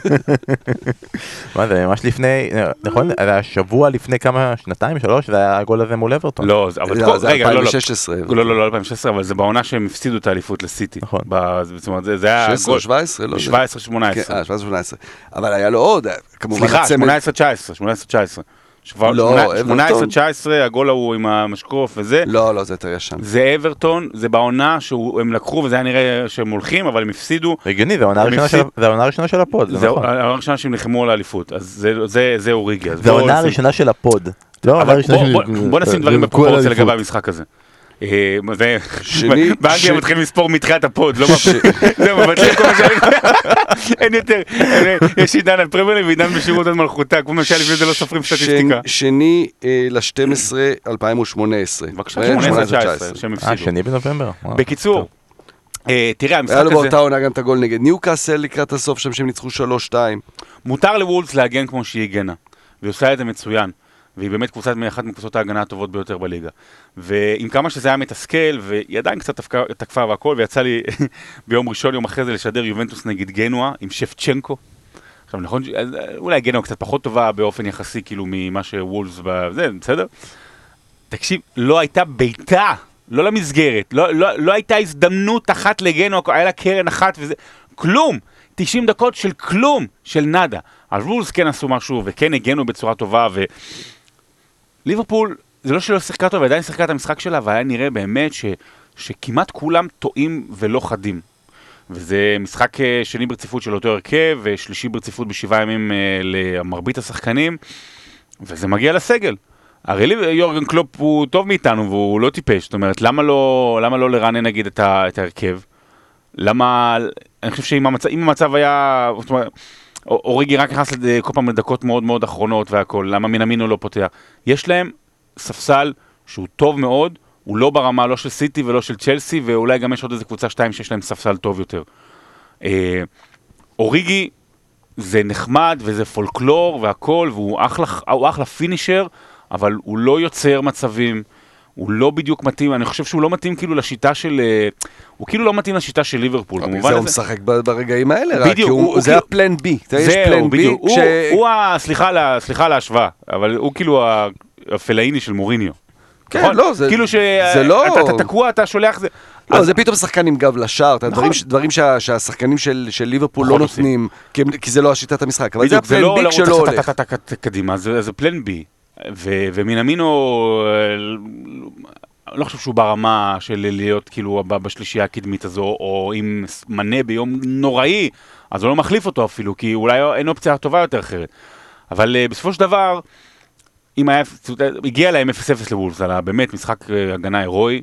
מה זה, ממש לפני, נכון, זה היה שבוע לפני כמה, שנתיים, שלוש, זה היה הגול הזה מול אברטון. לא, אבל זה אלפיים ושש עשרה. לא, לא, לא, אלפיים ושש עשרה, אבל זה בעונה שהם הפסידו את האליפות לסיטי. נכון. זאת אומרת, זה היה... שש עשרה, שבע עשרה? שבע עשרה, שמונה עשרה. אה, שבע עשרה, שמונה עשרה. אבל היה לו עוד, כמובן... סליחה, שמונה עשרה, תשע עשרה, שמונה עשרה, תשע עשרה. שמונה עשרה תשע עשרה, הגול ההוא עם המשקוף וזה. לא, לא, זה יותר ישן. זה אברטון, זה בעונה שהם לקחו, וזה היה נראה שהם הולכים, אבל הם הפסידו. הגיוני, זה העונה הראשונה של הפוד, זה נכון. זה העונה הראשונה שהם נלחמו על האליפות, אז זה אוריגי. זה העונה הראשונה של הפוד. בוא נשים דברים בפרופורציה לגבי המשחק הזה. שני, באנגליה מתחילים לספור מתחילת הפוד, לא מבטלים כל מה שאני... אין יותר, יש עידן על פרמייר ליג ועידן בשירות עד מלכותה, כמו למשל לפני זה לא סופרים סטטיסטיקה. שני ל-שתים עשרה אלפיים ושמונה עשרה. בבקשה, שמונה עשרה תשע עשרה, שהם הפסידו. אה, שני בנובמבר. בקיצור, תראה, המשחק הזה... היה לו באותה עונה גם את הגול נגד ניוקאסל לקראת הסוף, שם שהם ניצחו שלוש שתיים. מותר לוולפס להגן כמו שהיא הגנה, והיא עושה את זה מצוין. והיא באמת קבוצת מאחת מקבוצות ההגנה הטובות ביותר בליגה. ועם כמה שזה היה מתסכל, והיא עדיין קצת תקפה והכל, ויצא לי ביום ראשון, יום אחרי זה, לשדר יובנטוס נגד גנואה, עם שפצ'נקו. עכשיו, נכון, אולי גנואה קצת פחות טובה באופן יחסי, כאילו, ממה שוולפס בזה, בסדר? תקשיב, לא הייתה ביתה, לא למסגרת, לא, לא, לא הייתה הזדמנות אחת לגנואה, היה לה קרן אחת וזה, כלום! תשעים דקות של כלום, של נדה. אז וולפס כן עשו משהו, וכן הגנו בצורה טובה, ו... ליברפול, זה לא שלא שיחקה טוב, ועדיין שיחקה את המשחק שלה, והיה נראה באמת ש, שכמעט כולם טועים ולא חדים. וזה משחק שני ברציפות של אותו הרכב, ושלישי ברציפות בשבעה ימים למרבית השחקנים, וזה מגיע לסגל. הרי יורגן קלופ הוא טוב מאיתנו, והוא לא טיפש, זאת אומרת, למה לא, למה לא לרענן נגיד את, ה, את ההרכב? למה, אני חושב שאם המצב, אם המצב היה, זאת אומרת, אוריגי רק נכנס כל פעם לדקות מאוד מאוד אחרונות והכל, למה מנמינו לא פותח? יש להם ספסל שהוא טוב מאוד, הוא לא ברמה לא של סיטי ולא של צ'לסי, ואולי גם יש עוד איזה קבוצה שתיים שיש להם ספסל טוב יותר. אוריגי זה נחמד וזה פולקלור והכל, והוא אחלה, הוא אחלה פינישר, אבל הוא לא יוצר מצבים, הוא לא בדיוק מתאים, אני חושב שהוא לא מתאים כאילו לשיטה של, הוא כאילו לא מתאים לשיטה של ליברפול. זה הוא משחק ברגעים האלה, בדיוק, זה הפלן בי. זהו, בדיוק, הוא, סליחה על ההשוואה, אבל הוא כאילו הפלאיני של מוריניו. כן, לא, זה כאילו שאתה תקוע, אתה שולח זה. לא, זה פתאום שחקן עם גב לשער, דברים שהשחקנים של ליברפול לא נותנים, כי זה לא השיטת המשחק, אבל זה הפלן בי כשלא הולך. קדימה, זה פלן בי. ומינמינו, לא חושב שהוא ברמה של להיות כאילו בשלישייה הקדמית הזו, או אם מנה ביום נוראי, אז הוא לא מחליף אותו אפילו, כי אולי אין אופציה טובה יותר אחרת. אבל בסופו של דבר, אם היה, הגיע להם אפס אפס לוולפס, על באמת משחק הגנה הירואי,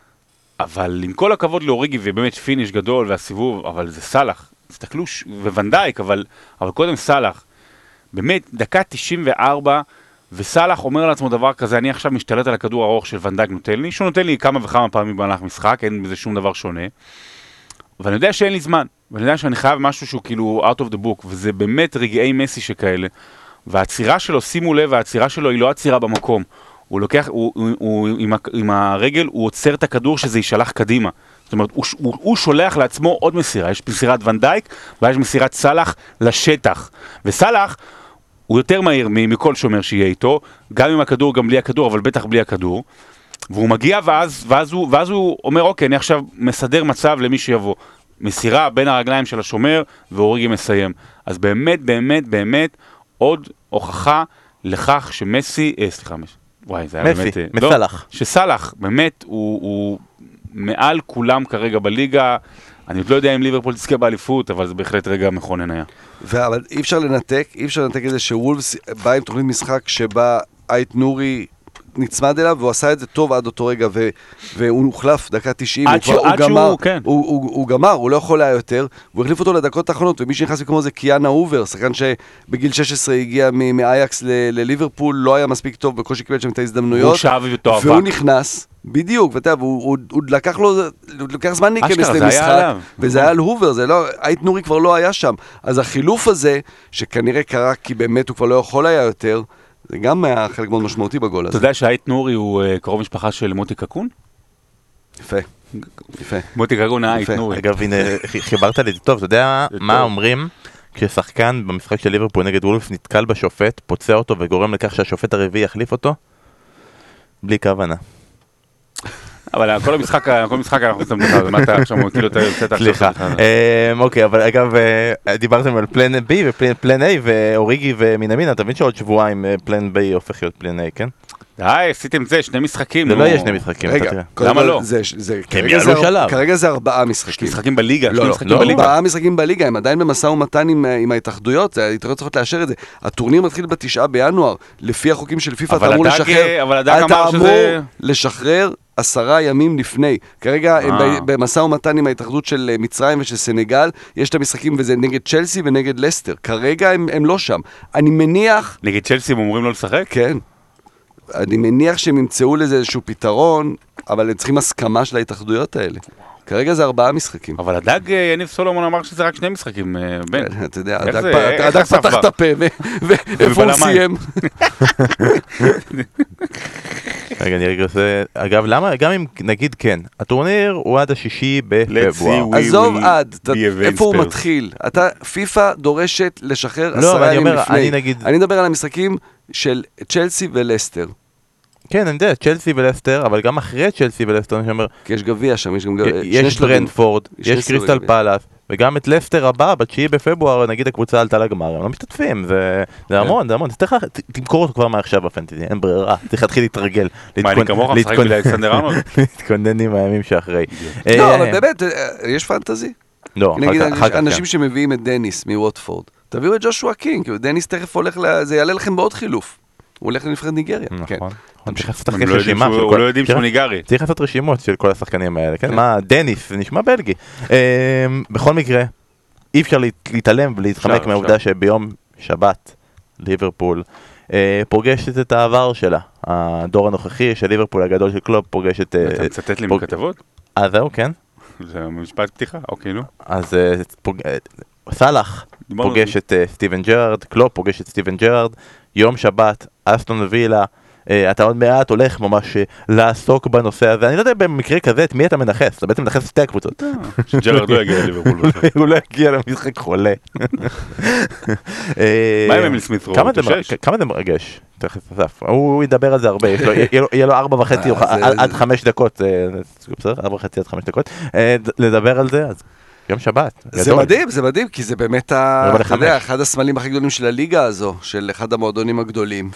אבל עם כל הכבוד לאוריגי, ובאמת פיניש גדול והסיבוב, אבל זה סלח, תסתכלו, וונדייק, אבל, אבל קודם סלח, באמת, דקה תשעים וארבע, וסלח אומר לעצמו דבר כזה, אני עכשיו משתלט על הכדור הארוך של וונדייק נותן לי, שהוא נותן לי כמה וכמה פעמים במהלך משחק, אין בזה שום דבר שונה, ואני יודע שאין לי זמן, ואני יודע שאני חייב משהו שהוא כאילו out of the book, וזה באמת רגעי מסי שכאלה, והעצירה שלו, שימו לב, העצירה שלו היא לא עצירה במקום, הוא לוקח, הוא, הוא, הוא, עם, עם הרגל, הוא עוצר את הכדור שזה יישלח קדימה, זאת אומרת, הוא, הוא, הוא שולח לעצמו עוד מסירה, יש מסירת וונדייק, ויש מסירת סלח לשטח, וסלח, הוא יותר מהיר מכל שומר שיהיה איתו, גם עם הכדור, גם בלי הכדור, אבל בטח בלי הכדור, והוא מגיע ואז, ואז, הוא, ואז הוא אומר, אוקיי, אני עכשיו מסדר מצב למי שיבוא, מסירה בין הרגליים של השומר, ואוריגי מסיים. אז באמת, באמת, באמת, עוד הוכחה לכך שמסי, אה, סליחה, מש, וואי, זה היה מסי, באמת, מסלח. לא, שסלח, באמת, הוא, הוא מעל כולם כרגע בליגה, אני עוד לא יודע אם ליברפול תזכה באליפות, אבל זה בהחלט רגע מכונן היה. אבל אי אפשר לנתק, אי אפשר לנתק את זה שוולפס בא עם תוכנית משחק שבה אייט נורי נצמד אליו, והוא עשה את זה טוב עד אותו רגע, והוא הוחלף דקה תשעים, הוא גמר, הוא גמר, הוא לא יכול היה יותר, והוא החליף אותו לדקות האחרונות, ומי שנכנס כמו זה קיאנה אובר, שחקן שבגיל שש עשרה הגיע מאייקס לליברפול, לא היה מספיק טוב, בקושי קיבל שם את ההזדמנויות, והוא נכנס, בדיוק, והוא לקח לו, לקח זמן להיכנס למשחק, וזה היה על הובר, זה לא, אייט נורי כבר לא היה שם, אז החילוף הזה, שכנראה קרה כי באמת הוא כבר לא יכול היה יותר, זה גם היה חלק מאוד משמעותי בגול הזה. אתה יודע שהאייט נורי הוא קרוב משפחה של מוטי קקון? יפה, יפה. מוטי קקון האייט נורי. אגב, הנה, חיברת לי את זה טוב, אתה יודע מה אומרים כששחקן במשחק של ליברפול נגד וולפס נתקל בשופט, פוצע אותו וגורם לכך שהשופט הרביעי יחליף אותו? בלי כוונה. אבל כל המשחק, כל משחק אנחנו עושים לך, מה אתה עכשיו כאילו אתה יוצאת עכשיו? סליחה, אוקיי, אבל אגב, דיברתם על פלן B ופלן A ואוריגי ומינמין, אתה מבין שעוד שבועיים פלן B הופך להיות פלן A, כן? די, עשיתם זה, שני משחקים. זה לא יהיה שני משחקים, אתה תראה. למה לא? הם יעלו שלב. כרגע זה ארבעה משחקים. משחקים בליגה, לא, לא, ארבעה משחקים בליגה, הם עדיין במשא ומתן עם ההתאחדויות, ההתאחדויות צריכות לאשר את זה. הטורניר מתחיל בתשעה בינואר, לפי החוקים של פיפ"א, אתה אמור לשחרר. אתה אמור לשחרר עשרה ימים לפני. כרגע הם במשא ומתן עם ההתאחדות של מצרים ושל סנגל, יש את המשחקים וזה נגד צ'לסי ונגד לסטר. כרגע הם לא שם. אני מניח... נגד צ'לסי הם אומרים לא לשחק? כן. אני מניח שהם ימצאו לזה איזשהו פתרון, אבל הם צריכים הסכמה של ההתאחדויות האלה. כרגע זה ארבעה משחקים. אבל הדג, יניב סולומון אמר שזה רק שני משחקים, בן. אתה יודע, הדג פתח את הפה, ואיפה הוא סיים? רגע, אני רגע עושה... אגב, למה? גם אם נגיד כן, הטורניר הוא עד השישי בפברואר. עזוב עד, איפה הוא מתחיל? אתה, פיפ"א דורשת לשחרר עשרה ימים לפני. אני מדבר על המשחקים של צ'לסי ולסטר. כן, אני יודע, צ'לסי ולסטר, אבל גם אחרי צ'לסי ולסטר, אני אומר... כי יש גביע שם, יש גם גביע... יש ברנדפורד, יש קריסטל פלאס, וגם את לסטר הבא, בתשיעי בפברואר, נגיד הקבוצה עלתה לגמר, הם לא משתתפים, זה המון, זה המון, אז תמכור אותו כבר מעכשיו בפנטזי, אין ברירה, צריך להתחיל להתרגל. מה, אני כמוך משחק בלאלכסנדר ארנולד? להתכונן עם הימים שאחרי. לא, אבל באמת, יש פנטזי? לא, נגיד, אנשים שמביאים את דניס מווטפורד, תביאו את ג'ושוע קינג, כי דניס תכף הולך, זה יעלה לכם בעוד חילוף. הוא הולך לנבחרת ניגריה. נכון. הוא לא יודעים שהוא ניגרי. צריך לעשות רשימות של כל השחקנים האלה, כן? מה, דניס, זה נשמע בלגי. בכל מקרה, אי אפשר להתעלם ולהתחמק מהעובדה שביום שבת, ליברפול, פוגשת את העבר שלה. הדור הנוכחי של ליברפול הגדול של קלופ פוגש את... אתה מצטט לי מכתבות? אה, זהו, כן. זה משפט פתיחה, אוקיי, נו. אז סלאח פוגש את סטיבן ג'רארד, קלופ פוגש את סטיבן ג'רארד, יום שבת, אסטון וילה, אתה עוד מעט הולך ממש לעסוק בנושא הזה. אני לא יודע במקרה כזה את מי אתה מנחס, אתה בעצם מנחס שתי הקבוצות. שג'רארד לא יגיע לליברפול. הוא לא יגיע למשחק חולה. מה עם אמיל סמית רו? כמה זה מרגש? הוא ידבר על זה הרבה, יהיה לו ארבע וחצי עד חמש דקות, ארבע וחצי עד חמש דקות, לדבר על זה, אז יום שבת. זה מדהים, זה מדהים, כי זה באמת, אתה יודע, אחד הסמלים הכי גדולים של הליגה הזו, של אחד המועדונים הגדולים,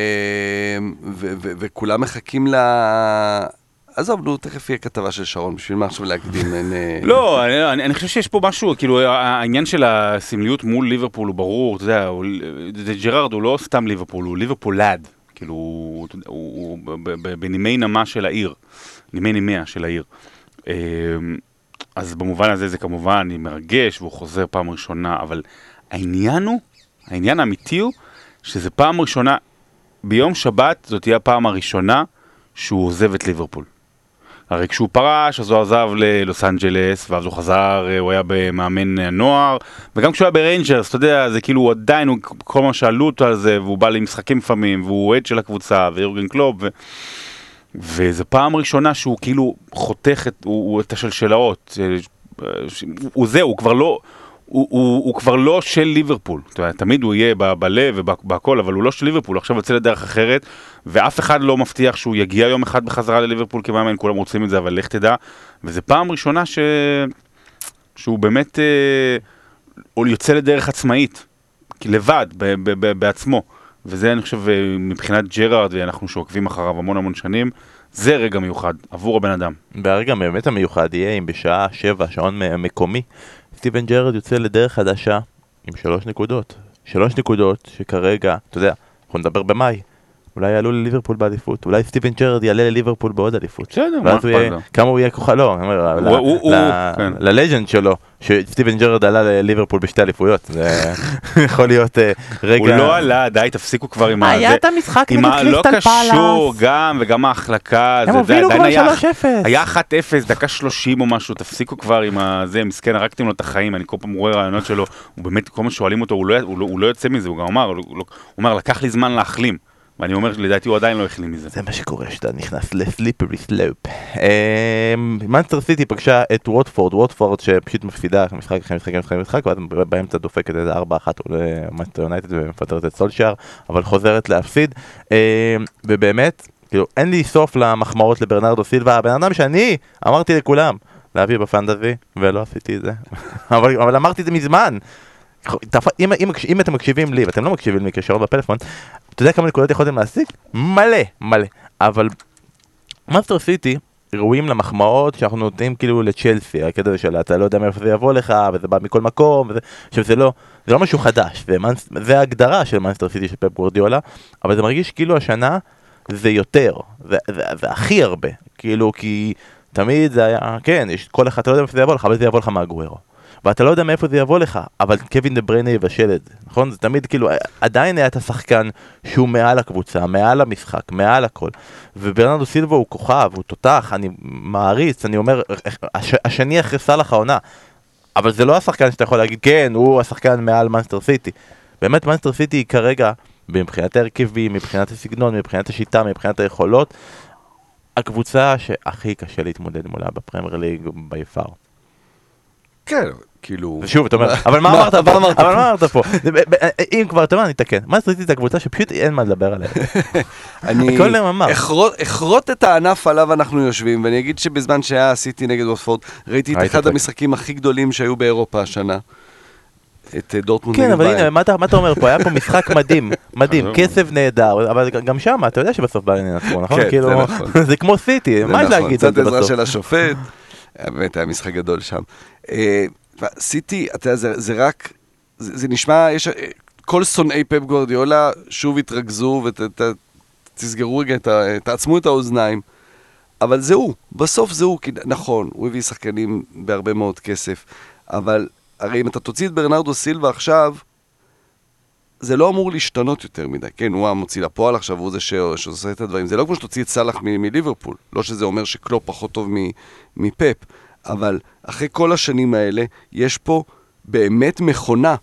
וכולם מחכים ל... עזוב, נו, תכף יהיה כתבה של שרון, בשביל מה עכשיו להקדים? לא, אני חושב שיש פה משהו, כאילו, העניין של הסמליות מול ליברפול הוא ברור, אתה יודע, ג'רארד הוא לא סתם ליברפול, הוא ליברפולד, כאילו, הוא בנימי נמה של העיר, נימי נימיה של העיר. אז במובן הזה זה כמובן מרגש, והוא חוזר פעם ראשונה, אבל העניין הוא, העניין האמיתי הוא, שזה פעם ראשונה, ביום שבת זאת תהיה הפעם הראשונה שהוא עוזב את ליברפול. הרי כשהוא פרש, אז הוא עזב ללוס אנג'לס, ואז הוא חזר, הוא היה במאמן הנוער, וגם כשהוא היה בריינג'רס, אתה יודע, זה כאילו הוא עדיין, הוא, כל מה שאלו אותו על זה, והוא בא למשחקים לפעמים, והוא אוהד של הקבוצה, ויורגן קלופ, ו... וזו פעם ראשונה שהוא כאילו חותך את, הוא, הוא, את השלשלאות, הוא זה, הוא כבר לא, הוא, הוא, הוא כבר לא של ליברפול, תמיד הוא יהיה ב, בלב ובכל, אבל הוא לא של ליברפול, עכשיו יוצא לדרך אחרת, ואף אחד לא מבטיח שהוא יגיע יום אחד בחזרה לליברפול כמאמן, כולם רוצים את זה, אבל לך תדע, וזו פעם ראשונה ש... שהוא באמת הוא יוצא לדרך עצמאית, לבד, ב, ב, ב, בעצמו, וזה אני חושב מבחינת ג'רארד, ואנחנו שעוקבים אחריו המון המון שנים, זה רגע מיוחד עבור הבן אדם. ברגע באמת המיוחד יהיה אם בשעה שבע, שעון מקומי, סטיבן ג'רארד יוצא לדרך חדשה עם שלוש נקודות. שלוש נקודות שכרגע, אתה יודע, אנחנו נדבר במאי, אולי יעלו לליברפול בעדיפות, אולי סטיבן ג'רארד יעלה לליברפול בעוד עדיפות. בסדר, מה אכפת לו? כמה הוא יהיה כוחה, לא, אני אומר, ללג'נד שלו, שסטיבן ג'רארד עלה לליברפול בשתי עדיפויות, זה יכול להיות רגע... הוא לא עלה, די, תפסיקו כבר עם הזה. היה את המשחק נגד קריסטל פלאס. לא קשור גם, וגם ההחלקה. הם הובילו כבר שלוש אפס. היה אחת אפס, דקה שלושים או משהו, תפסיקו כבר עם זה, מסכן, הרגתם לו את החיים, אני כל פעם רואה רעיונות שלו, הוא באמת, כל מה שואלים אותו, הוא לא יוצא מזה, הוא גם אמר, הוא אומר, לקח לי זמן להחלים. ואני אומר, לדעתי הוא עדיין לא החלים מזה. זה מה שקורה, שאתה נכנס לסליפרי סלופ. מנסטר סיטי פגשה את ווטפורד, ווטפורד שפשוט מפסידה משחק אחרי משחק אחרי משחק, ואז באמצע דופקת איזה ארבע אחת למנסטר יונייטד ומפטרת את סולשייר, אבל חוזרת להפסיד. ובאמת, כאילו, אין לי סוף למחמאות לברנרדו סילבה, הבן אדם שאני אמרתי לכולם להביא בפנטזי, ולא עשיתי את זה. אבל, אבל אמרתי את זה מזמן. אם, אם, אם אתם מקשיבים לי, ואתם לא מקשיבים לי כשרות בפלאפון, אתה יודע כמה נקודות יכולתם להשיג? מלא, מלא. אבל מנסטר סיטי ראויים למחמאות שאנחנו נותנים כאילו לצ'לסי, הכדור שלה, אתה לא יודע מאיפה זה יבוא לך, וזה בא מכל מקום, וזה, שזה לא, זה לא משהו חדש, ומנס, זה ההגדרה של מנסטר סיטי של פפ גוארדיולה, אבל זה מרגיש כאילו השנה זה יותר, זה, זה, זה הכי הרבה, כאילו כי תמיד זה היה, כן, יש כל אחד, אתה לא יודע מאיפה זה יבוא לך, אבל זה יבוא לך מהגוארו. ואתה לא יודע מאיפה זה יבוא לך, אבל קווין דה בריינה יבשל את זה, נכון? זה תמיד כאילו, עדיין היה את השחקן שהוא מעל הקבוצה, מעל המשחק, מעל הכל. וברנרדו סילבה הוא כוכב, הוא תותח, אני מעריץ, אני אומר, הש, השני אחרי סלאח העונה. אבל זה לא השחקן שאתה יכול להגיד, כן, הוא השחקן מעל מנסטר סיטי. באמת מנסטר סיטי היא כרגע, מבחינת הרכבי, מבחינת הסגנון, מבחינת השיטה, מבחינת היכולות, הקבוצה שהכי קשה להתמודד מולה בפרמייר ליג ביפר. כן, כאילו... ושוב, אתה אומר, אבל מה אמרת פה? אבל מה אמרת פה? אם כבר, אתה אומר, אני אתקן. מה עשיתי את הקבוצה שפשוט אין מה לדבר עליה? אני אחרוט את הענף עליו אנחנו יושבים, ואני אגיד שבזמן שהיה עשיתי נגד ווטפורד, ראיתי את אחד המשחקים הכי גדולים שהיו באירופה השנה. את דורטמונד נגד ביירן. כן, אבל הנה, מה אתה אומר פה? היה פה משחק מדהים, מדהים, כסף נהדר, אבל גם שם, אתה יודע שבסוף ביירן ינצחו, נכון? כן, זה נכון. זה כמו סיטי, מה להגיד על זה בסוף? קצת עזרה של השופט, באמת היה משחק גדול שם. סיטי, אתה יודע, זה, זה רק, זה, זה נשמע, יש, כל שונאי פפ גוארדיולה שוב התרכזו ותסגרו רגע, תעצמו את האוזניים, אבל זה הוא, בסוף זה הוא, כי נכון, הוא הביא שחקנים בהרבה מאוד כסף, אבל הרי אם אתה תוציא את ברנרדו סילבה עכשיו, זה לא אמור להשתנות יותר מדי. כן, הוא המוציא לפועל עכשיו, הוא זה ש... שעושה את הדברים. זה לא כמו שתוציא את סלאח מ- מליברפול. לא שזה אומר שקלופ פחות טוב מ- מפפ. אבל אחרי כל השנים האלה, יש פה באמת מכונה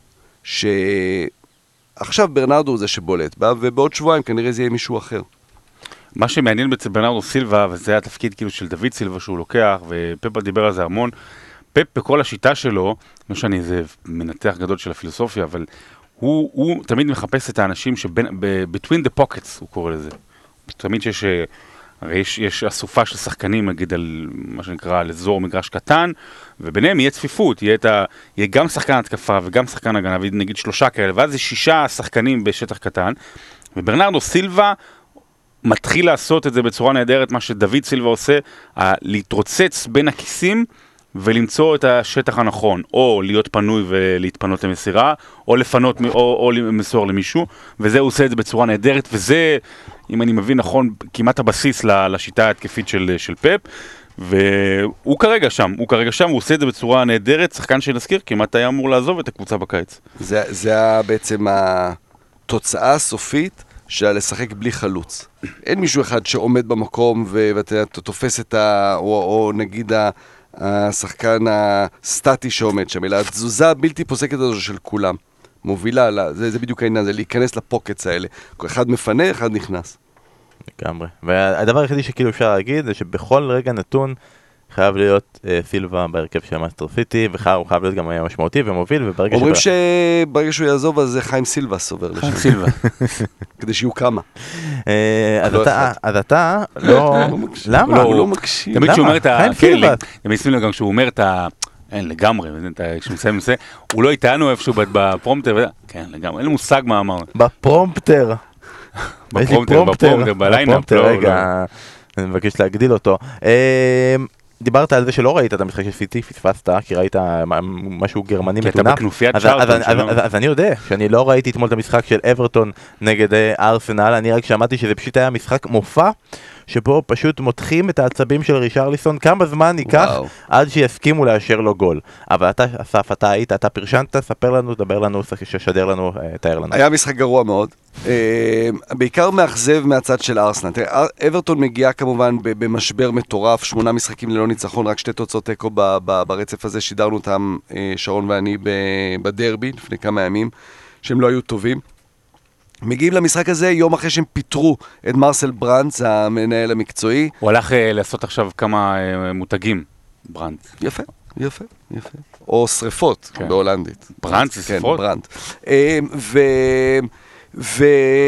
שעכשיו ברנרדו הוא זה שבולט בה, ובעוד שבועיים כנראה זה יהיה מישהו אחר. מה שמעניין בעצם ברנרדו סילבה, וזה התפקיד כאילו של דוד סילבה שהוא לוקח, ופפ דיבר על זה המון, פפ בכל השיטה שלו, לא שאני איזה מנתח גדול של הפילוסופיה, אבל הוא, הוא תמיד מחפש את האנשים שבין, between the pockets, הוא קורא לזה. תמיד שיש, הרי יש, יש אסופה של שחקנים, נגיד על מה שנקרא, על אזור מגרש קטן, וביניהם יהיה צפיפות, יהיה, את ה, יהיה גם שחקן התקפה וגם שחקן הגנה, נגיד שלושה כאלה, ואז יש שישה שחקנים בשטח קטן, וברנרדו סילבה מתחיל לעשות את זה בצורה נהדרת, מה שדוד סילבה עושה, להתרוצץ בין הכיסים, ולמצוא את השטח הנכון, או להיות פנוי ולהתפנות למסירה, או לפנות, או, או למסור למישהו, וזה הוא עושה את זה בצורה נהדרת, וזה, אם אני מבין נכון, כמעט הבסיס לשיטה ההתקפית של, של פפ, והוא כרגע שם, הוא כרגע שם, הוא עושה את זה בצורה נהדרת, שחקן שנזכיר, כמעט היה אמור לעזוב את הקבוצה בקיץ. זה, זה בעצם התוצאה הסופית, של לשחק בלי חלוץ. אין מישהו אחד שעומד במקום, ואתה תופס את ה... או, או נגיד ה... השחקן הסטטי שעומד שם, אלא התזוזה הבלתי פוסקת הזו של כולם. מובילה, לה, זה, זה בדיוק העניין, זה להיכנס לפוקטס האלה. אחד מפנה, אחד נכנס. לגמרי. והדבר היחידי שכאילו אפשר להגיד, זה שבכל רגע נתון, חייב להיות אה, סילבה בהרכב של מאסטר סיטי, והוא חייב להיות גם משמעותי ומוביל, וברגע אומרים שבא... שברגע שהוא יעזוב, אז זה חיים סילבה סובר לשם. חיים סילבה. כדי שיהיו כמה. אה, אז, אתה, אז אתה לא... למה? הוא לא מקשיב. תמיד שהוא אומר את ה... חיים סילבה. תמיד סילבה גם שהוא אומר את ה... אין, לגמרי, כשהוא מסיים נושא, הוא לא איתנו איפשהו בפרומפטר, כן, לגמרי, אין לי מושג מה אמר. בפרומפטר. בפרומפטר, בפרומפטר, בליינאפ, לא, רגע, אני מבקש להגדיל אותו. דיברת על זה שלא ראית את המשחק של סיטי, פספסת, כי ראית משהו גרמני מטונף. כי אתה בכנופיית צ'ארטון שלו. אז אני יודע שאני לא ראיתי אתמול את המשחק של אברטון נגד ארסנל, אני רק שמעתי שזה פשוט היה משחק מופע, שבו פשוט מותחים את העצבים של רישרליסון, כמה זמן ייקח עד שיסכימו לאשר לו גול. אבל אתה, אסף, אתה היית, אתה פרשנת, ספר לנו, דבר לנו, שדר לנו, תאר לנו. היה משחק גרוע מאוד. בעיקר מאכזב מהצד של ארסנל. אברטון מגיעה כמובן במשבר מטורף, שמונה משחקים ללא ניצחון, רק שתי תוצאות תיקו ברצף הזה, שידרנו אותם שרון ואני בדרבי לפני כמה ימים, שהם לא היו טובים. מגיעים למשחק הזה יום אחרי שהם פיטרו את מרסל ברנדס, המנהל המקצועי. הוא הלך לעשות עכשיו כמה מותגים, ברנדס. יפה, יפה, יפה. או שריפות בהולנדית. ברנדס זה שריפות? כן, ברנד. ו...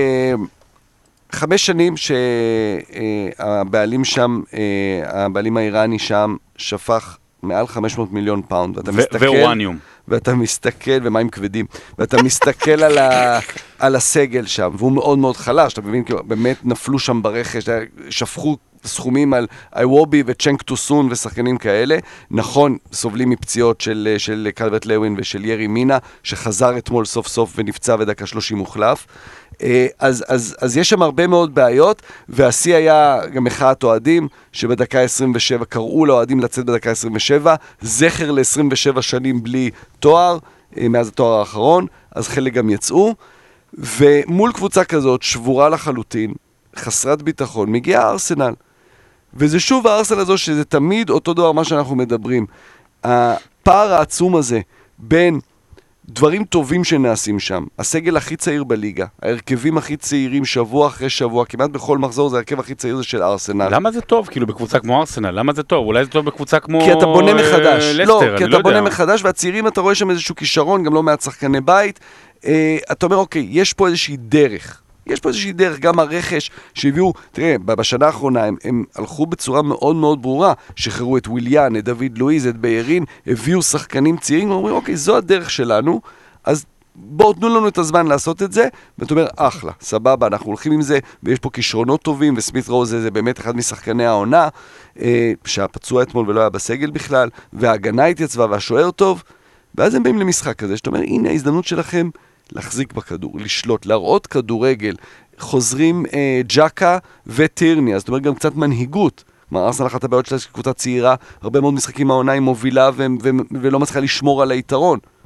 חמש שנים שהבעלים שם, הבעלים האיראני שם, שפך מעל חמש מאות מיליון פאונד. ואורניום. ואתה מסתכל, ומים כבדים, ואתה מסתכל על, ה, על הסגל שם, והוא מאוד מאוד חלש, אתה מבין, באמת נפלו שם ברכש, שפכו סכומים על איוובי וצ'נק טוסון ושחקנים כאלה, נכון, סובלים מפציעות של, של קלברט לוין ושל ירי מינה, שחזר אתמול סוף סוף ונפצע ודקה שלושים מוחלף, אז, אז, אז יש שם הרבה מאוד בעיות, והשיא היה גם מחאת אוהדים, שבדקה עשרים ושבע קראו לאוהדים לצאת בדקה עשרים ושבע, זכר ל-עשרים ושבע שנים בלי תואר, מאז התואר האחרון, אז חלק גם יצאו, ומול קבוצה כזאת, שבורה לחלוטין, חסרת ביטחון, מגיע ארסנל, וזה שוב הארסנל הזו, שזה תמיד אותו דבר מה שאנחנו מדברים, הפער העצום הזה, בין דברים טובים שנעשים שם, הסגל הכי צעיר בליגה, ההרכבים הכי צעירים שבוע אחרי שבוע, כמעט בכל מחזור זה ההרכב הכי צעיר זה של ארסנל. למה זה טוב? כאילו בקבוצה כמו ארסנל, למה זה טוב? אולי זה טוב בקבוצה כמו כי אתה בונה מחדש. לסטר, לא, אני כי לא אתה יודע. בונה מחדש, והצעירים אתה רואה שם איזשהו כישרון, גם לא מעט שחקני בית. אה, אתה אומר, אוקיי, יש פה איזושהי דרך. יש פה איזושהי דרך, גם הרכש שהביאו, תראה, בשנה האחרונה הם, הם הלכו בצורה מאוד מאוד ברורה, שחררו את וויליאן, את דוד לואיז, את ביירין, הביאו שחקנים צעירים, ואומרים, אוקיי, זו הדרך שלנו, אז בואו תנו לנו את הזמן לעשות את זה, ואתה אומר, אחלה, סבבה, אנחנו הולכים עם זה, ויש פה כישרונות טובים, וסמית רוז זה באמת אחד משחקני העונה, אה, שהפצוע אתמול ולא היה בסגל בכלל, וההגנה התייצבה והשוער טוב, ואז הם באים למשחק כזה, שאתה אומר, הנה ההזדמנות שלכם להחזיק בכדור, לשלוט, להראות כדורגל, חוזרים אה, ג'קה וטירני, אז זאת אומרת גם קצת מנהיגות, כלומר, ארסנל אחת הבעיות שלה קבוצה צעירה, הרבה מאוד משחקים העונה היא מובילה ו- ו- ולא מצליחה לשמור על היתרון.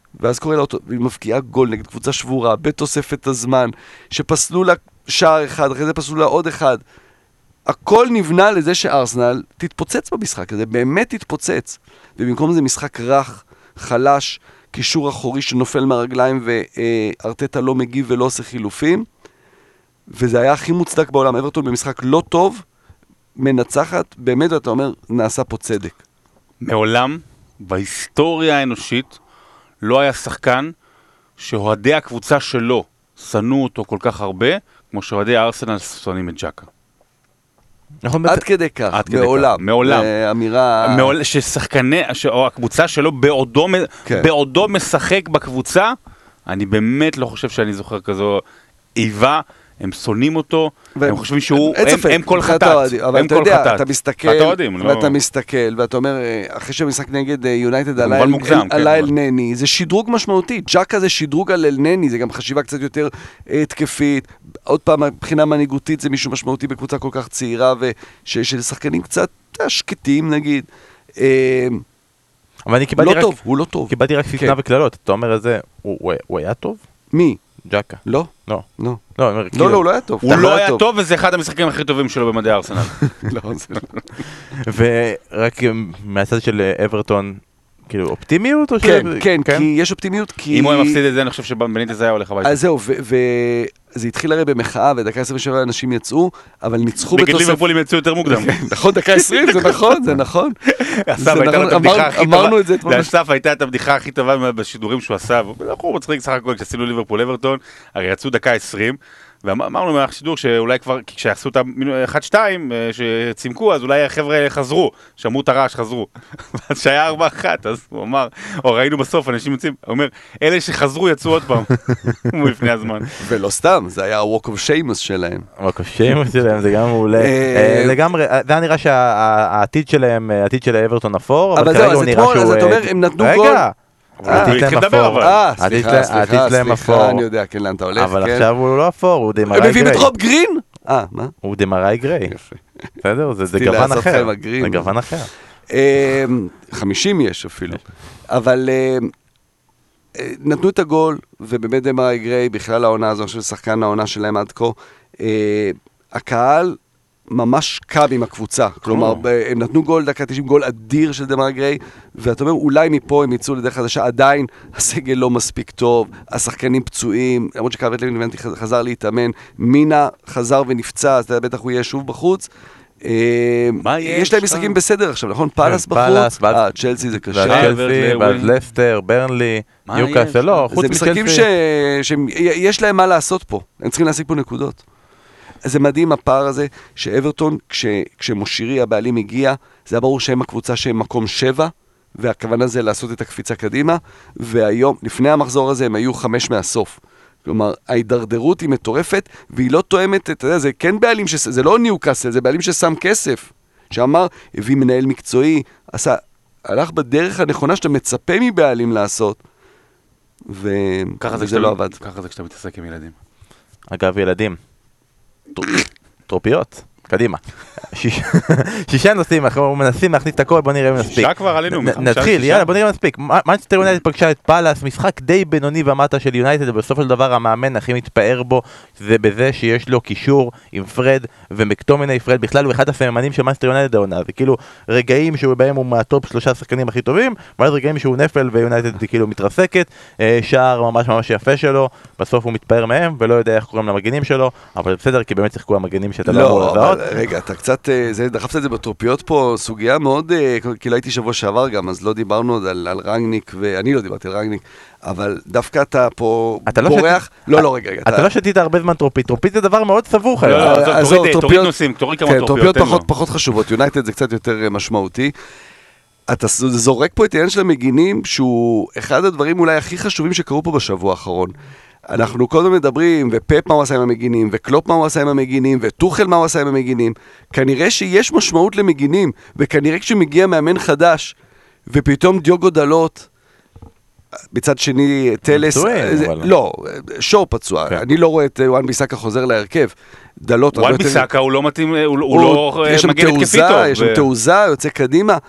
ואז קורא לה אותו, והיא מבקיעה גול נגד קבוצה שבורה, בתוספת הזמן, שפסלו לה שער אחד, אחרי זה פסלו לה עוד אחד. הכל נבנה לזה שארסנל תתפוצץ במשחק הזה, באמת תתפוצץ. ובמקום זה משחק רך, חלש, קישור אחורי שנופל מהרגליים, וארטטה לא מגיב ולא עושה חילופים. וזה היה הכי מוצדק בעולם. אברטון במשחק לא טוב, מנצחת, באמת אתה אומר, נעשה פה צדק. מעולם, בהיסטוריה האנושית, לא היה שחקן שאוהדי הקבוצה שלו שנאו אותו כל כך הרבה, כמו שאוהדי ארסנל שונאים את ג'קה. עד כדי כך, מעולם. מעולם. אמירה... ששחקני, או הקבוצה שלו בעודו משחק בקבוצה, אני באמת לא חושב שאני זוכר כזו איבה, הם שונאים אותו, הם חושבים שהוא, הם כל חטאת. אבל אתה יודע, אתה מסתכל, ואתה מסתכל, ואתה אומר, אחרי שהמשחק נגד יונייטד עלה אל נני, זה שדרוג משמעותי, ג'קה זה שדרוג על אל נני, זה גם חשיבה קצת יותר תקפית, עוד פעם, מבחינה מנהיגותית זה מישהו משמעותי בקבוצה כל כך צעירה, ושל שחקנים קצת שקטים נגיד. אבל אני קיבלתי לא רק... טוב, הוא לא טוב. קיבלתי רק סיסנה וכללות, אתה אומר את זה, הוא היה טוב? מי? ג'קה. לא? לא. לא. לא, לא, הוא לא היה טוב. הוא לא היה טוב, וזה אחד המשחקים הכי טובים שלו במדעי ארסנל. לא, זה לא. ורק מהצד של אברטון, כאילו אופטימיות? כן, כן, כי יש אופטימיות, כי... אם הוא היה מפסיד את זה, אני חושב שבניטז היה הולך הביתה. אז זהו, וזה התחיל הרי במחאה, ודקה עשרים ושבע אנשים יצאו, אבל ניצחו בתוסף... נגד ליברפול הם יצאו יותר מוקדם. נכון, דקה עשרים, זה נכון, זה נכון. אסף, הייתה לו את הבדיחה הכי טובה. אמרנו את זה אתמול. לאסף הייתה את הבדיחה הכי טובה בשידורים שהוא עשה, ואנחנו מצחיק סך הכל כשעשינו ליברפול אברטון, הרי יצאו דקה עשרים, ואמרנו מהשידור שאולי כבר, כשעשו את ה-אחת שתיים שצימקו, אז אולי החבר'ה חזרו, שמעו את הרעש, חזרו. אז שהיה ארבע אחת, אז הוא אמר, או ראינו בסוף, אנשים יוצאים, הוא אומר, אלה שחזרו יצאו עוד פעם, לפני הזמן. ולא סתם, זה היה ה-Walk of Shamus שלהם. ה-Walk of Shamus שלהם, זה גם מעולה. לגמרי, זה היה נראה שהעתיד שלהם, העתיד של אברטון אפור, אבל זהו, אז אתמול, אז אתה אומר, הם נתנו גול... העתיד שלהם אפור. אה, סליחה, סליחה, סליחה, אני יודע, כן, לאן אתה הולך, אבל עכשיו הוא לא אפור, הוא דמרי גריי. הם מביאים את רוב גרין? אה, מה? הוא דמרי גריי. בסדר, זה גוון אחר. זה גוון אחר. חמישים יש אפילו. אבל נתנו את הגול, ובאמת דמרי גריי, בכלל העונה הזו, של שחקן העונה שלהם עד כה, הקהל ממש קם עם הקבוצה, כלומר, הם נתנו גול, דקה תשעים, גול אדיר של דמרי גריי, ואתה אומר, אולי מפה הם יצאו לדרך חדשה, עדיין הסגל לא מספיק טוב, השחקנים פצועים, למרות שקרבט לוין לבנטי חזר להתאמן, מינה חזר ונפצע, אז בטח הוא יהיה שוב בחוץ. יש להם משחקים בסדר עכשיו, נכון? פאלאס בחוץ, צ'לסי זה קשה. צ'לסי, ואז לסטר, ברנלי, ניוקאסל, לא, חוץ מצ'לסי. זה משחקים שיש להם מה לעשות פה, הם צריכים להשיג פה נקודות. זה מדהים הפער הזה, שאברטון, כש, כשמושירי הבעלים הגיע, זה היה ברור שהם הקבוצה שהם מקום שבע, והכוונה זה לעשות את הקפיצה קדימה, והיום, לפני המחזור הזה, הם היו חמש מהסוף. כלומר, ההידרדרות היא מטורפת, והיא לא תואמת, אתה יודע, זה כן בעלים, ש... זה לא ניוקאסל, זה בעלים ששם כסף, שאמר, הביא מנהל מקצועי, עשה, הלך בדרך הנכונה שאתה מצפה מבעלים לעשות, וזה לא עבד. ככה זה כשאתה מתעסק עם ילדים. אגב, ילדים. טרופיות, קדימה. שישה נושאים, אנחנו מנסים להכניס את הכל, בוא נראה אם נספיק. שישה כבר עלינו. נתחיל, יאללה, בוא נראה אם נספיק. מנצ'סטר יונייטד פגשה את פאלאס, משחק די בינוני ומטה של יונייטד, ובסופו של דבר המאמן הכי מתפאר בו, זה בזה שיש לו קישור עם פרד ומקטומיני. פרד בכלל הוא אחד הסממנים של מנצ'סטר יונייטד העונה, זה כאילו רגעים שבהם הוא מהטופ שלושה שחקנים הכי טובים, ואז רגעים שהוא נפל ויונייטד כאילו מתרסקת, שער ממש ממש יפה שלו, בסוף הוא מתפאר מהם ולא יודע איך קוראים למגנים שלו, אבל בסדר, כי באמת שיחקו המגנים שאתה לא אמור לזהות. רגע, אתה קצת, דחפת את זה בטרופיות פה, סוגיה מאוד, כאילו הייתי שבוע שעבר גם, אז לא דיברנו עוד על רנגניק, ואני לא דיברתי על רנגניק, אבל דווקא אתה פה בורח, לא, לא, רגע, אתה לא שתית הרבה זמן טרופית, טרופית זה דבר מאוד סבוך. תוריד נושאים, תוריד כמה טרופיות. טרופיות פחות חשובות, יונייטד זה קצת יותר משמעותי. אתה זורק פה את העניין של המגינים, שהוא אחד הדברים אולי הכי חשובים שקרו פה בשבוע האחרון. אנחנו קודם מדברים, ופפ מה הוא עשה עם המגינים, וקלופ מה הוא עשה עם המגינים, וטוחל מה הוא עשה עם המגינים. כנראה שיש משמעות למגינים, וכנראה כשמגיע מאמן חדש, ופתאום דיוגו דלות, בצד שני טלס, לא, שור פצוע, אני לא רואה את וואן ביסאקה חוזר להרכב. דלות, וואן ביסאקה הוא לא מתאים, הוא לא מגן התקפי טוב. יש שם תעוזה, יוצא קדימה.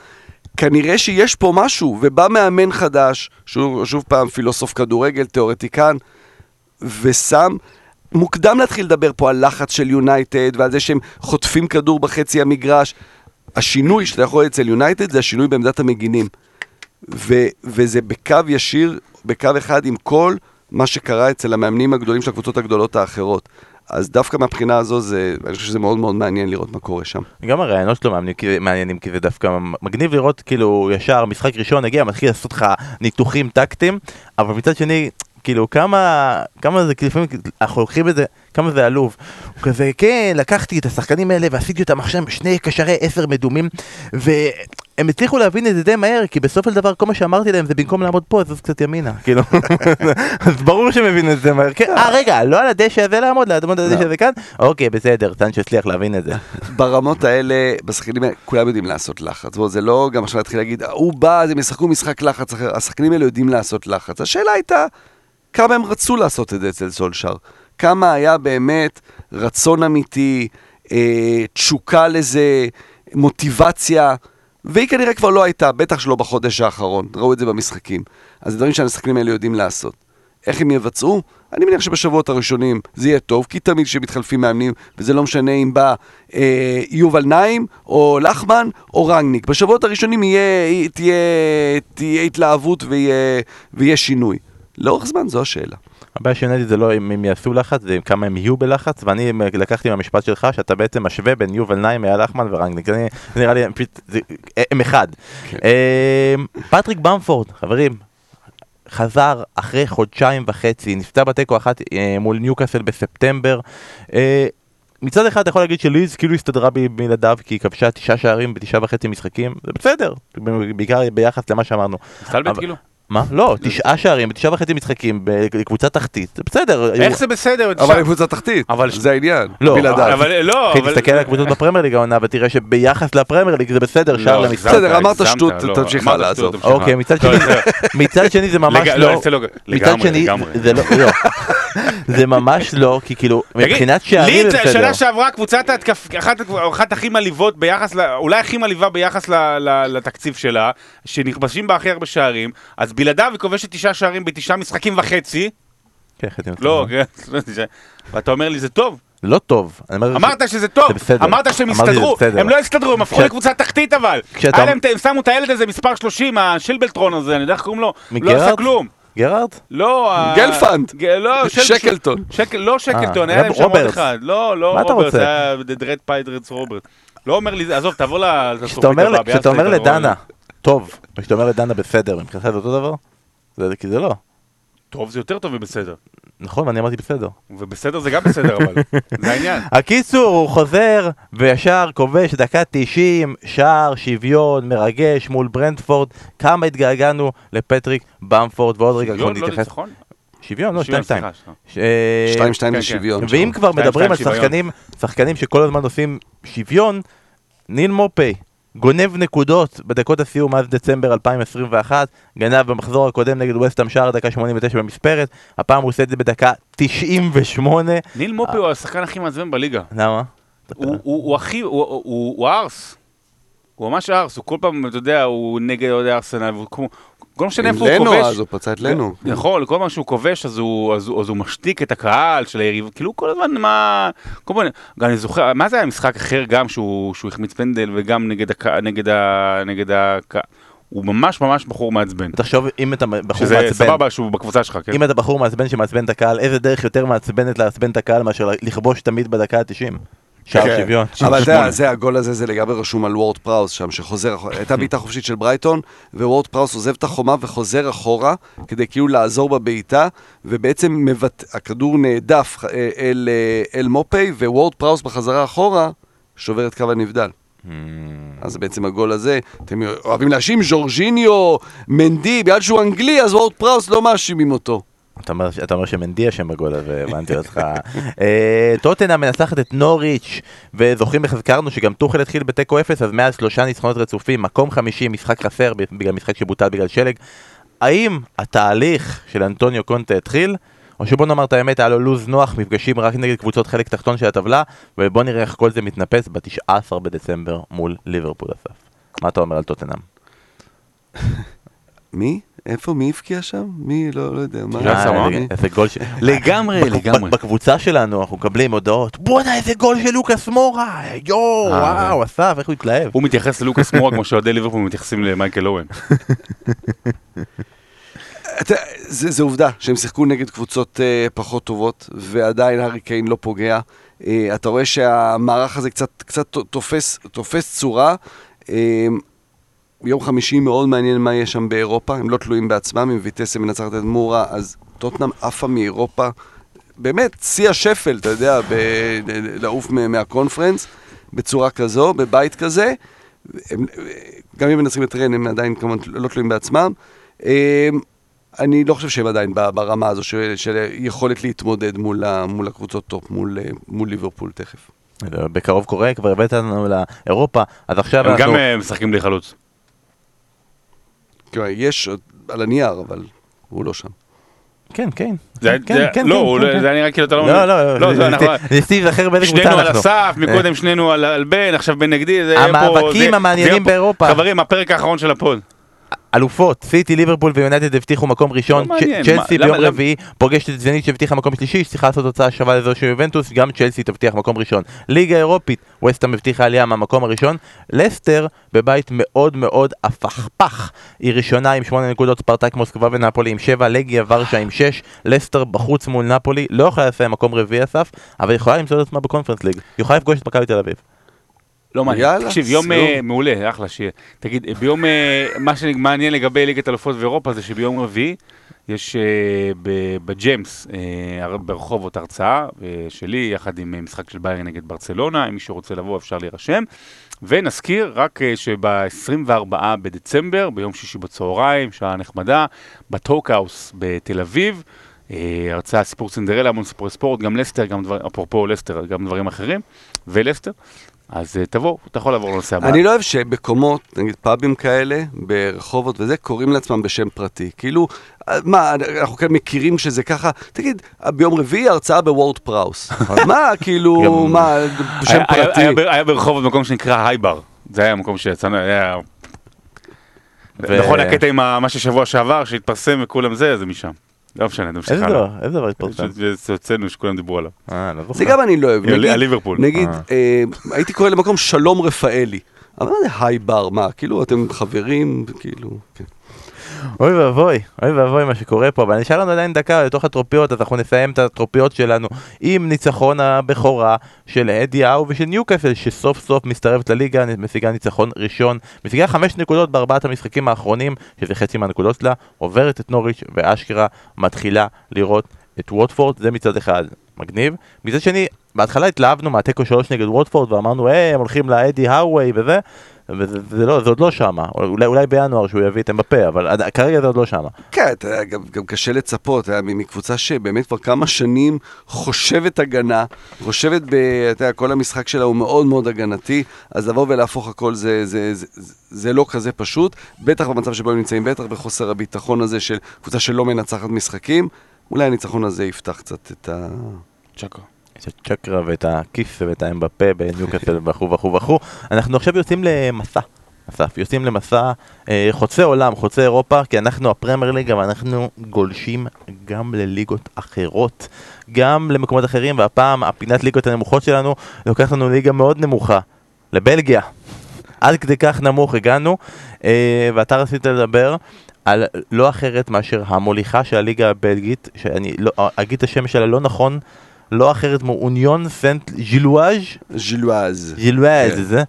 כנראה שיש פה משהו, ובא מאמן חדש, שוב, שוב פעם פילוסוף כדורגל, תיאורטיקן, ושם, מוקדם להתחיל לדבר פה על לחץ של יונייטד, ועל זה שהם חוטפים כדור בחצי המגרש. השינוי שאתה יכול אצל יונייטד, זה השינוי בעמדת המגינים. ו- וזה בקו ישיר, בקו אחד עם כל מה שקרה אצל המאמנים הגדולים של הקבוצות הגדולות האחרות. אז דווקא מהבחינה הזו, זה, אני חושב שזה מאוד מאוד מעניין לראות מה קורה שם. גם הרעיונות שלו מעניינים, כי זה דווקא מגניב לראות כאילו ישר משחק ראשון הגיע, מתחיל לעשות לך ניתוחים טקטיים, אבל מצד שני, כאילו כמה, כמה זה, לפעמים אנחנו לוקחים את זה, כמה זה עלוב. הוא כזה, כן, לקחתי את השחקנים האלה ועשיתי אותם עכשיו שני קשרי עשר מדומים, והם הצליחו להבין את זה די מהר, כי בסוף של דבר כל מה שאמרתי להם זה במקום לעמוד פה, אז קצת ימינה, כאילו. אז ברור שהם הבינו את זה מהר. אה, רגע, לא על הדשא הזה לעמוד, לעמוד על הדשא הזה כאן? אוקיי, בסדר, צאן שהצליח להבין את זה. ברמות האלה, בשחקנים האלה, כולם יודעים לעשות לחץ. זה לא גם עכשיו להתחיל להגיד, הוא בא, אז הם ישחקו משחק לחץ, השחקנים האלה יודעים לעשות לחץ. השאלה הייתה, כמה הם רצו לעשות את זה אצל סולשר? כמה היה באמת רצון אמיתי, אה, תשוקה לזה, מוטיבציה, והיא כנראה כבר לא הייתה, בטח שלא בחודש האחרון, ראו את זה במשחקים. אז זה דברים שהמשחקים האלה יודעים לעשות. איך הם יבצעו? אני מניח שבשבועות הראשונים זה יהיה טוב, כי תמיד שמתחלפים מאמנים, וזה לא משנה אם בא אה, יובל נעים, או לחמן, או רנגניק. בשבועות הראשונים יהיה, תהיה, תהיה התלהבות ויהיה, ויהיה שינוי. לאורך זמן זו השאלה. הבעיה שיונתית זה לא אם הם יעשו לחץ, זה כמה הם יהיו בלחץ, ואני לקחתי מהמשפט שלך שאתה בעצם משווה בין יובל נעים, אייל לחמן ורנגניק. זה נראה לי, הם אחד. פטריק במפורד, חברים, חזר אחרי חודשיים וחצי, נפצע בתיקו אחת מול ניוקאסל בספטמבר. מצד אחד אתה יכול להגיד שליז כאילו הסתדרה בלעדיו, כי היא כבשה תשעה שערים בתשעה וחצי משחקים, זה בסדר, בעיקר ביחס למה שאמרנו. סטלבט כאילו? מה? לא, תשעה שערים, בתשעה וחצי משחקים, בקבוצה תחתית, זה בסדר. איך זה בסדר? אבל קבוצה תחתית, זה העניין, בלעדיו. תסתכל על הקבוצות בפרמייר ליג העונה, ותראה שביחס לפרמייר ליג זה בסדר, שער למשחק. בסדר, אמרת שטות, תמשיך לעזוב. אוקיי, מצד שני זה ממש לא, מצד שני זה לא, זה ממש לא, כי כאילו, מבחינת שערים זה בסדר. שנה שעברה קבוצת אחת הכי מליבות ביחס, אולי הכי מליבה ביחס לתקציב שלה, שנכבשים בה הכי הרבה שערים, אז בלעדיו היא כובשת תשעה שערים בתשעה משחקים וחצי. כן, חצי משחקים. לא, ואתה אומר לי זה טוב. לא טוב. אמרת שזה טוב, אמרת שהם הסתדרו, הם לא הסתדרו, הם הפכו לקבוצה תחתית אבל. הם שמו את הילד הזה מספר שלושים, השילבלטרון הזה, אני יודע איך קוראים לו, לא עשה כלום. גרארד? לא, גלפנד, לא, שקלטון. לא שקלטון, היה להם שם עוד אחד. לא, לא רוברט, זה היה דרד פיידרץ רוברט. לא אומר לי, עזוב, תבוא לסופית הבאה. כשאתה אומר לדנה, טוב, כשאתה אומר לדנה בסדר, מבחינתך זה אותו דבר? כי זה לא. טוב זה יותר טוב ובסדר. נכון, אני אמרתי בסדר. ובסדר זה גם בסדר, אבל זה העניין. הקיצור, הוא חוזר וישר כובש דקה תשעים, שער, שוויון, מרגש מול ברנטפורד. כמה התגעגענו לפטריק במפורד, ועוד רגע שוויון, לא ניצחון? שוויון, לא, שתיים שתיים. שתיים שתיים לשוויון. ואם כבר מדברים על שחקנים, שחקנים שכל הזמן עושים שוויון, ניל מופי. גונב נקודות בדקות הסיום מאז דצמבר אלפיים עשרים ואחת, גנב במחזור הקודם נגד ווסטהאם שער דקה שמונים ותשע במספרת, הפעם הוא עושה את זה בדקה תשעים ושמונה. ניל מופי הוא השחקן הכי מעצבן בליגה. למה? הוא הכי, הוא ארס. הוא ממש ארס, הוא כל פעם, אתה יודע, הוא נגד אוהדי ארסנל, כל מה משנה איפה הוא כובש. לנו, אז הוא פצע את לנו. נכון, כל מה שהוא כובש, אז הוא משתיק את הקהל של היריב, כאילו כל הזמן, מה... כל פעם, אני זוכר, מה זה היה משחק אחר גם שהוא החמיץ פנדל, וגם נגד הקהל, הוא ממש ממש בחור מעצבן. תחשוב, אם אתה בחור מעצבן... שזה סבבה שהוא בקבוצה שלך, כן? אם אתה בחור מעצבן שמעצבן את הקהל, איזה דרך יותר מעצבנת לעצבן את הקהל מאשר לכבוש תמיד בדקה ה-תשעים? שער שוויון. אבל זה, הגול הזה, זה לגבי רשום על וורד פראוס שם, שחוזר, הייתה בעיטה חופשית של ברייטון, ווורד פראוס עוזב את החומה וחוזר אחורה, כדי כאילו לעזור בבעיטה, ובעצם הכדור נעדף אל, אל מופי, ווורד פראוס בחזרה אחורה, שובר את קו הנבדל. אז בעצם הגול הזה, אתם אוהבים להאשים ז'ורג'יניו, מנדי, בגלל שהוא אנגלי, אז וורד פראוס לא מאשימים אותו. אתה אומר, אתה אומר שמנדי השם בגול הזה, הבנתי אותך. טוטנהאם מנצחת את נוריץ', וזוכרים איך הזכרנו שגם טוחל התחיל בתיקו אפס, אז מאז שלושה ניצחונות רצופים, מקום חמישי, משחק חסר, בגלל משחק שבוטל בגלל שלג. האם התהליך של אנטוניו קונטה התחיל, או שבוא נאמר את האמת, היה לו לוז נוח, מפגשים רק נגד קבוצות חלק תחתון של הטבלה, ובוא נראה איך כל זה מתנפס ב-תשעה עשר בדצמבר מול ליברפול אסף. מה אתה אומר על טוטנהאם? מי? איפה? מי הפקיע שם? מי? לא, לא יודע. מה? תשעה סמואל? אה, איזה גול ש... לגמרי, בק- לגמרי. בק- בקבוצה שלנו אנחנו מקבלים הודעות, בואנה איזה גול של לוקאס מורה, יואו, אה, וואו, אסף, איך הוא התלהב. הוא מתייחס ללוקאס מורה כמו שאוהדי ליברפול מתייחסים למייקל אוון. אתה, זה, זה עובדה שהם שיחקו נגד קבוצות uh, פחות טובות, ועדיין הארי קיין לא פוגע. Uh, אתה רואה שהמערך הזה קצת, קצת תופס, תופס צורה. Uh, ביום חמישי מאוד מעניין מה יש שם באירופה, הם לא תלויים בעצמם, אם ויטסה מנצחת את מורה, אז טוטנהאם עפה מאירופה. באמת, שיא השפל, אתה יודע, ב- לעוף מהקונפרנס, בצורה כזו, בבית כזה. הם, גם אם מנצחים את רן, הם עדיין כמובן לא תלויים בעצמם. אני לא חושב שהם עדיין ברמה הזו של, של יכולת להתמודד מול, מול הקבוצות טופ, מול, מול ליברפול תכף. בקרוב קורה, כבר הבאת לנו לאירופה, אז עכשיו הם אנחנו... גם אה, משחקים בלי חלוץ. יש על הנייר, אבל הוא לא שם. כן, כן. זה- כן, זה- כן, לא, כן, הוא כן, לא- כן. זה היה נראה כאילו אתה לא... לא, לא, לא, זה אנחנו... ניסיתי להיזכר באיזה קבוצה שנינו על אנחנו. הסף, מקודם שנינו על על בן, עכשיו בן נגדי, זה יהיה פה... המאבקים זה- המעניינים זה יהיה פה- באירופה. חברים, הפרק האחרון של הפוד. אלופות, סיטי, ליברפול ויונייטד הבטיחו מקום ראשון, לא מעניין, צ'לסי מה- ביום למה- רביעי פוגשת את זנית שהבטיחה מקום שלישי, צריכה לעשות תוצאה שווה לזו של יובנטוס, גם צ'לסי תבטיח מקום ראשון. ליגה אירופית, ווסטהאם הבטיחה עלייה מהמקום הראשון, לסטר בבית מאוד מאוד הפכפך, היא ראשונה עם שמונה נקודות, ספרטק מוסקבה ונפולי עם שבע, לגיה ורשה עם שש, לסטר בחוץ מול נפולי, לא יכולה לסיים מקום רביעי אסף, אבל יכולה למצוא את עצמה בקונפרנס ליג, יכולה לפגוש את מכבי תל אביב. לא מעניין. יאללה, תקשיב, יום סגור. אה, מעולה, אחלה שיהיה. תגיד, ביום, אה, מה שמעניין לגבי ליגת אלופות ואירופה זה שביום רביעי יש אה, ב- בג'יימס, אה, ברחובות הרצאה אה, שלי, יחד עם אה, משחק של ביירן נגד ברצלונה, אם מישהו רוצה לבוא אפשר להירשם. ונזכיר רק אה, שב-עשרים וארבעה בדצמבר, ביום שישי בצהריים, שעה נחמדה, בטוקהאוס בתל אביב, אה, הרצאה סיפור סינדרלה, המון סיפורי ספורט, גם לסטר, גם דבר, אפרופו לסטר, גם דברים אחרים, ולסטר. אז uh, תבוא, אתה יכול לעבור לנושא הבא. אני לא אוהב שבקומות, נגיד פאבים כאלה, ברחובות וזה, קוראים לעצמם בשם פרטי. כאילו, מה, אנחנו כאלה מכירים שזה ככה, תגיד, ביום רביעי הרצאה בוורד פראוס. מה, כאילו, מה, בשם היה- היה- פרטי? היה ב- היה ברחובות מקום שנקרא הייבר. זה היה המקום שיצאנו, היה... ו- נכון, הקטע עם ה- מה ששבוע שעבר, שהתפרסם וכולם זה, זה משם. לא משנה, נמשיך איזה הלאה. דבר, איזה דבר התפרסם? זה הוצאנו שכולם דיברו עליו. אה, לא זה זוכר. גם אני לא אוהב. על נגיד, ליברפול. נגיד, אה. אה, הייתי קורא למקום שלום רפאלי. אבל מה זה היי בר? מה, כאילו, אתם חברים, כאילו, כן. אוי ואבוי, אוי ואבוי מה שקורה פה, אבל נשאר לנו עדיין דקה לתוך הטרופיות, אז אנחנו נסיים את הטרופיות שלנו עם ניצחון הבכורה של אדי האו ושל ניוקאסל, שסוף סוף מסתרבת לליגה, משיגה ניצחון ראשון, משיגה חמש נקודות בארבעת המשחקים האחרונים, שזה חצי מהנקודות שלה, עוברת את נוריץ' ואשכרה מתחילה לראות את ווטפורד, זה מצד אחד מגניב. מצד שני, בהתחלה התלהבנו מהטקו שלוש נגד ווטפורד, ואמרנו, אה, הם הולכים לאדי האווי וזה, וזה זה לא, זה עוד לא שמה, אולי, אולי בינואר שהוא יביא את אמבפה, אבל עד, כרגע זה עוד לא שמה. כן, אתה יודע, גם, גם קשה לצפות, היה, מקבוצה שבאמת כבר כמה שנים חושבת הגנה, חושבת ב... אתה יודע, כל המשחק שלה הוא מאוד מאוד הגנתי, אז לבוא ולהפוך הכל זה, זה, זה, זה, זה לא כזה פשוט, בטח במצב שבו הם נמצאים, בטח בחוסר הביטחון הזה של קבוצה שלא מנצחת משחקים, אולי הניצחון הזה יפתח קצת את ה... צ'קו. את הצ'קרה ואת הכיס ואת האמבפה בניוקאסל וכו' וכו' וכו'. אנחנו עכשיו יוצאים למסע, אסף, יוצאים למסע אה, חוצה עולם, חוצה אירופה, כי אנחנו הפרמייר ליג, אבל אנחנו גולשים גם לליגות אחרות, גם למקומות אחרים, והפעם הפינת ליגות הנמוכות שלנו לוקח לנו ליגה מאוד נמוכה, לבלגיה. עד כדי כך נמוך הגענו, אה, ואתה רצית לדבר על לא אחרת מאשר המוליכה של הליגה הבלגית, שאני לא, אגיד את השם שלה לא נכון, לא אחרת מאוניון סנט ז'ילואז' ז'ילואז. ז'ילואז' זה,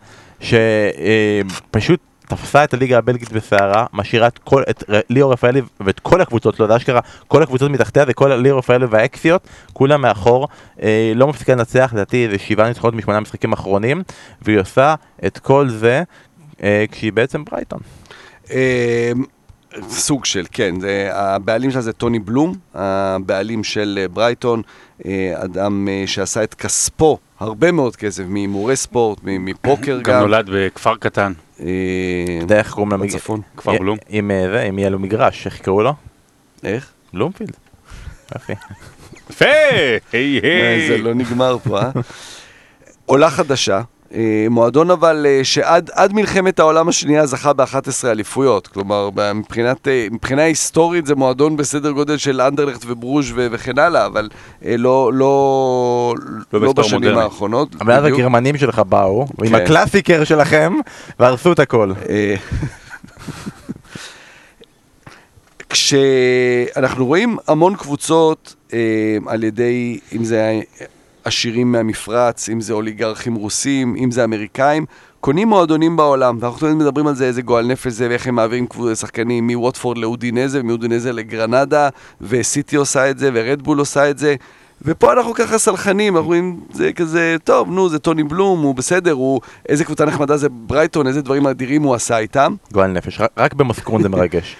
שפשוט תפסה את הליגה הבלגית בסערה, משאירה את כל, את ליאו רפאלי ואת כל הקבוצות, לא יודע אשכרה, כל הקבוצות מתחתיה זה כל ליאו רפאלי והאקסיות, כולם מאחור, אה, לא מפסיקה לנצח, לדעתי זה שבעה ניצחונות משמונה משחקים אחרונים, והיא עושה את כל זה אה, כשהיא בעצם ברייטון. אה, סוג של, כן, זה, הבעלים שלה זה טוני בלום, הבעלים של ברייטון, אדם שעשה את כספו, הרבה מאוד כסף, מהימורי ספורט, מפוקר גם. גם נולד בכפר קטן, אה, אתה יודע איך קוראים למגרש? בצפון. כפר בלום. עם זה, אם יהיה לו מגרש, איך קראו לו? איך? בלומפילד. יופי. יפה! היי אה, זה היי! לא נגמר פה, אה? עולה חדשה, מועדון אבל שעד עד מלחמת העולם השנייה זכה ב-אחת עשרה אליפויות, כלומר מבחינת, מבחינה היסטורית זה מועדון בסדר גודל של אנדרלכט וברוז' וכן הלאה, אבל לא, לא, לא, לא בשנים האחרונות. אבל אז הגרמנים שלך באו, כן. עם הקלאסיקר שלכם, והרסו את הכל. כשאנחנו רואים המון קבוצות על ידי, אם זה עשירים מהמפרץ, אם זה אוליגרכים רוסים, אם זה אמריקאים, קונים מועדונים בעולם, ואנחנו מדברים על זה, איזה גועל נפש זה, ואיך הם מעבירים שחקנים מווטפורד לאודינזה, ומאודינזה לגרנדה, וסיטי עושה את זה, ורדבול עושה את זה, ופה אנחנו ככה סלחנים, אנחנו רואים, זה כזה, טוב, נו, זה טוני בלום, הוא בסדר, הוא, איזה קבוצה נחמדה זה ברייטון, איזה דברים אדירים הוא עשה איתם. גועל נפש, רק במסקרון זה מרגש.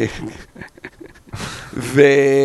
ו...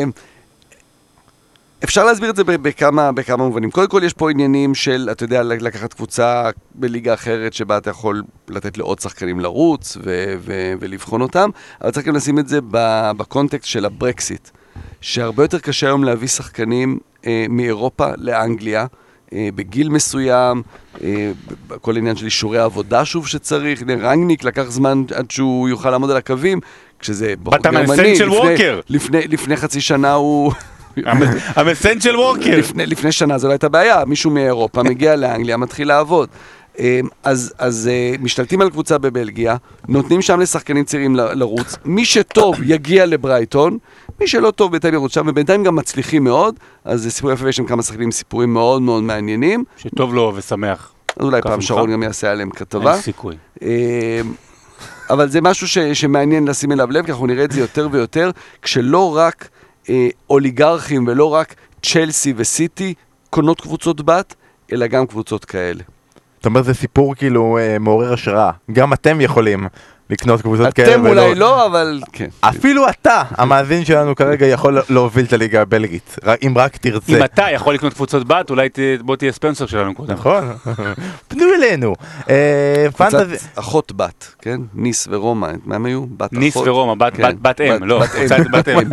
אפשר להסביר את זה בכמה, בכמה מובנים. קודם כל יש פה עניינים של, אתה יודע, לקחת קבוצה בליגה אחרת שבה אתה יכול לתת לעוד שחקנים לרוץ ו- ו- ולבחון אותם, אבל צריך גם לשים את זה בקונטקסט של הברקסיט, שהרבה יותר קשה היום להביא שחקנים אה, מאירופה לאנגליה, אה, בגיל מסוים, אה, כל עניין של אישורי עבודה שוב שצריך, רנגניק לקח זמן עד שהוא יוכל לעמוד על הקווים, כשזה גרמני, של לפני, לפני, לפני חצי שנה הוא... המסן של וורקר. לפני, לפני שנה זו לא הייתה בעיה, מישהו מאירופה מגיע לאנגליה, מתחיל לעבוד. אז, אז משתלטים על קבוצה בבלגיה, נותנים שם לשחקנים צעירים לרוץ, מי שטוב יגיע לברייטון, מי שלא טוב בינתיים ירוץ שם, ובינתיים גם מצליחים מאוד, אז זה סיפור יפה, ויש שם כמה שחקנים סיפורים מאוד מאוד מעניינים. שטוב לו ושמח. אז אולי פעם שרון גם יעשה עליהם כתבה. אין סיכוי. אבל זה משהו ש, שמעניין לשים אליו לב, כי אנחנו נראה את זה יותר ויותר, כשלא רק אוליגרכים ולא רק צ'לסי וסיטי קונות קבוצות בת, אלא גם קבוצות כאלה. זאת אומרת, זה סיפור כאילו מעורר השראה. גם אתם יכולים לקנות קבוצות כאלה. אתם אולי לא, אבל כן. אפילו אתה, המאזין שלנו כרגע, יכול להוביל את הליגה הבלגית, אם רק תרצה. אם אתה יכול לקנות קבוצות בת, אולי בוא תהיה ספנסר שלנו קודם. נכון. פנו אלינו. קבוצת אחות בת, כן? ניס ורומא, מה הם היו? ניס ורומא, בת אם, לא, קבוצת בת אם.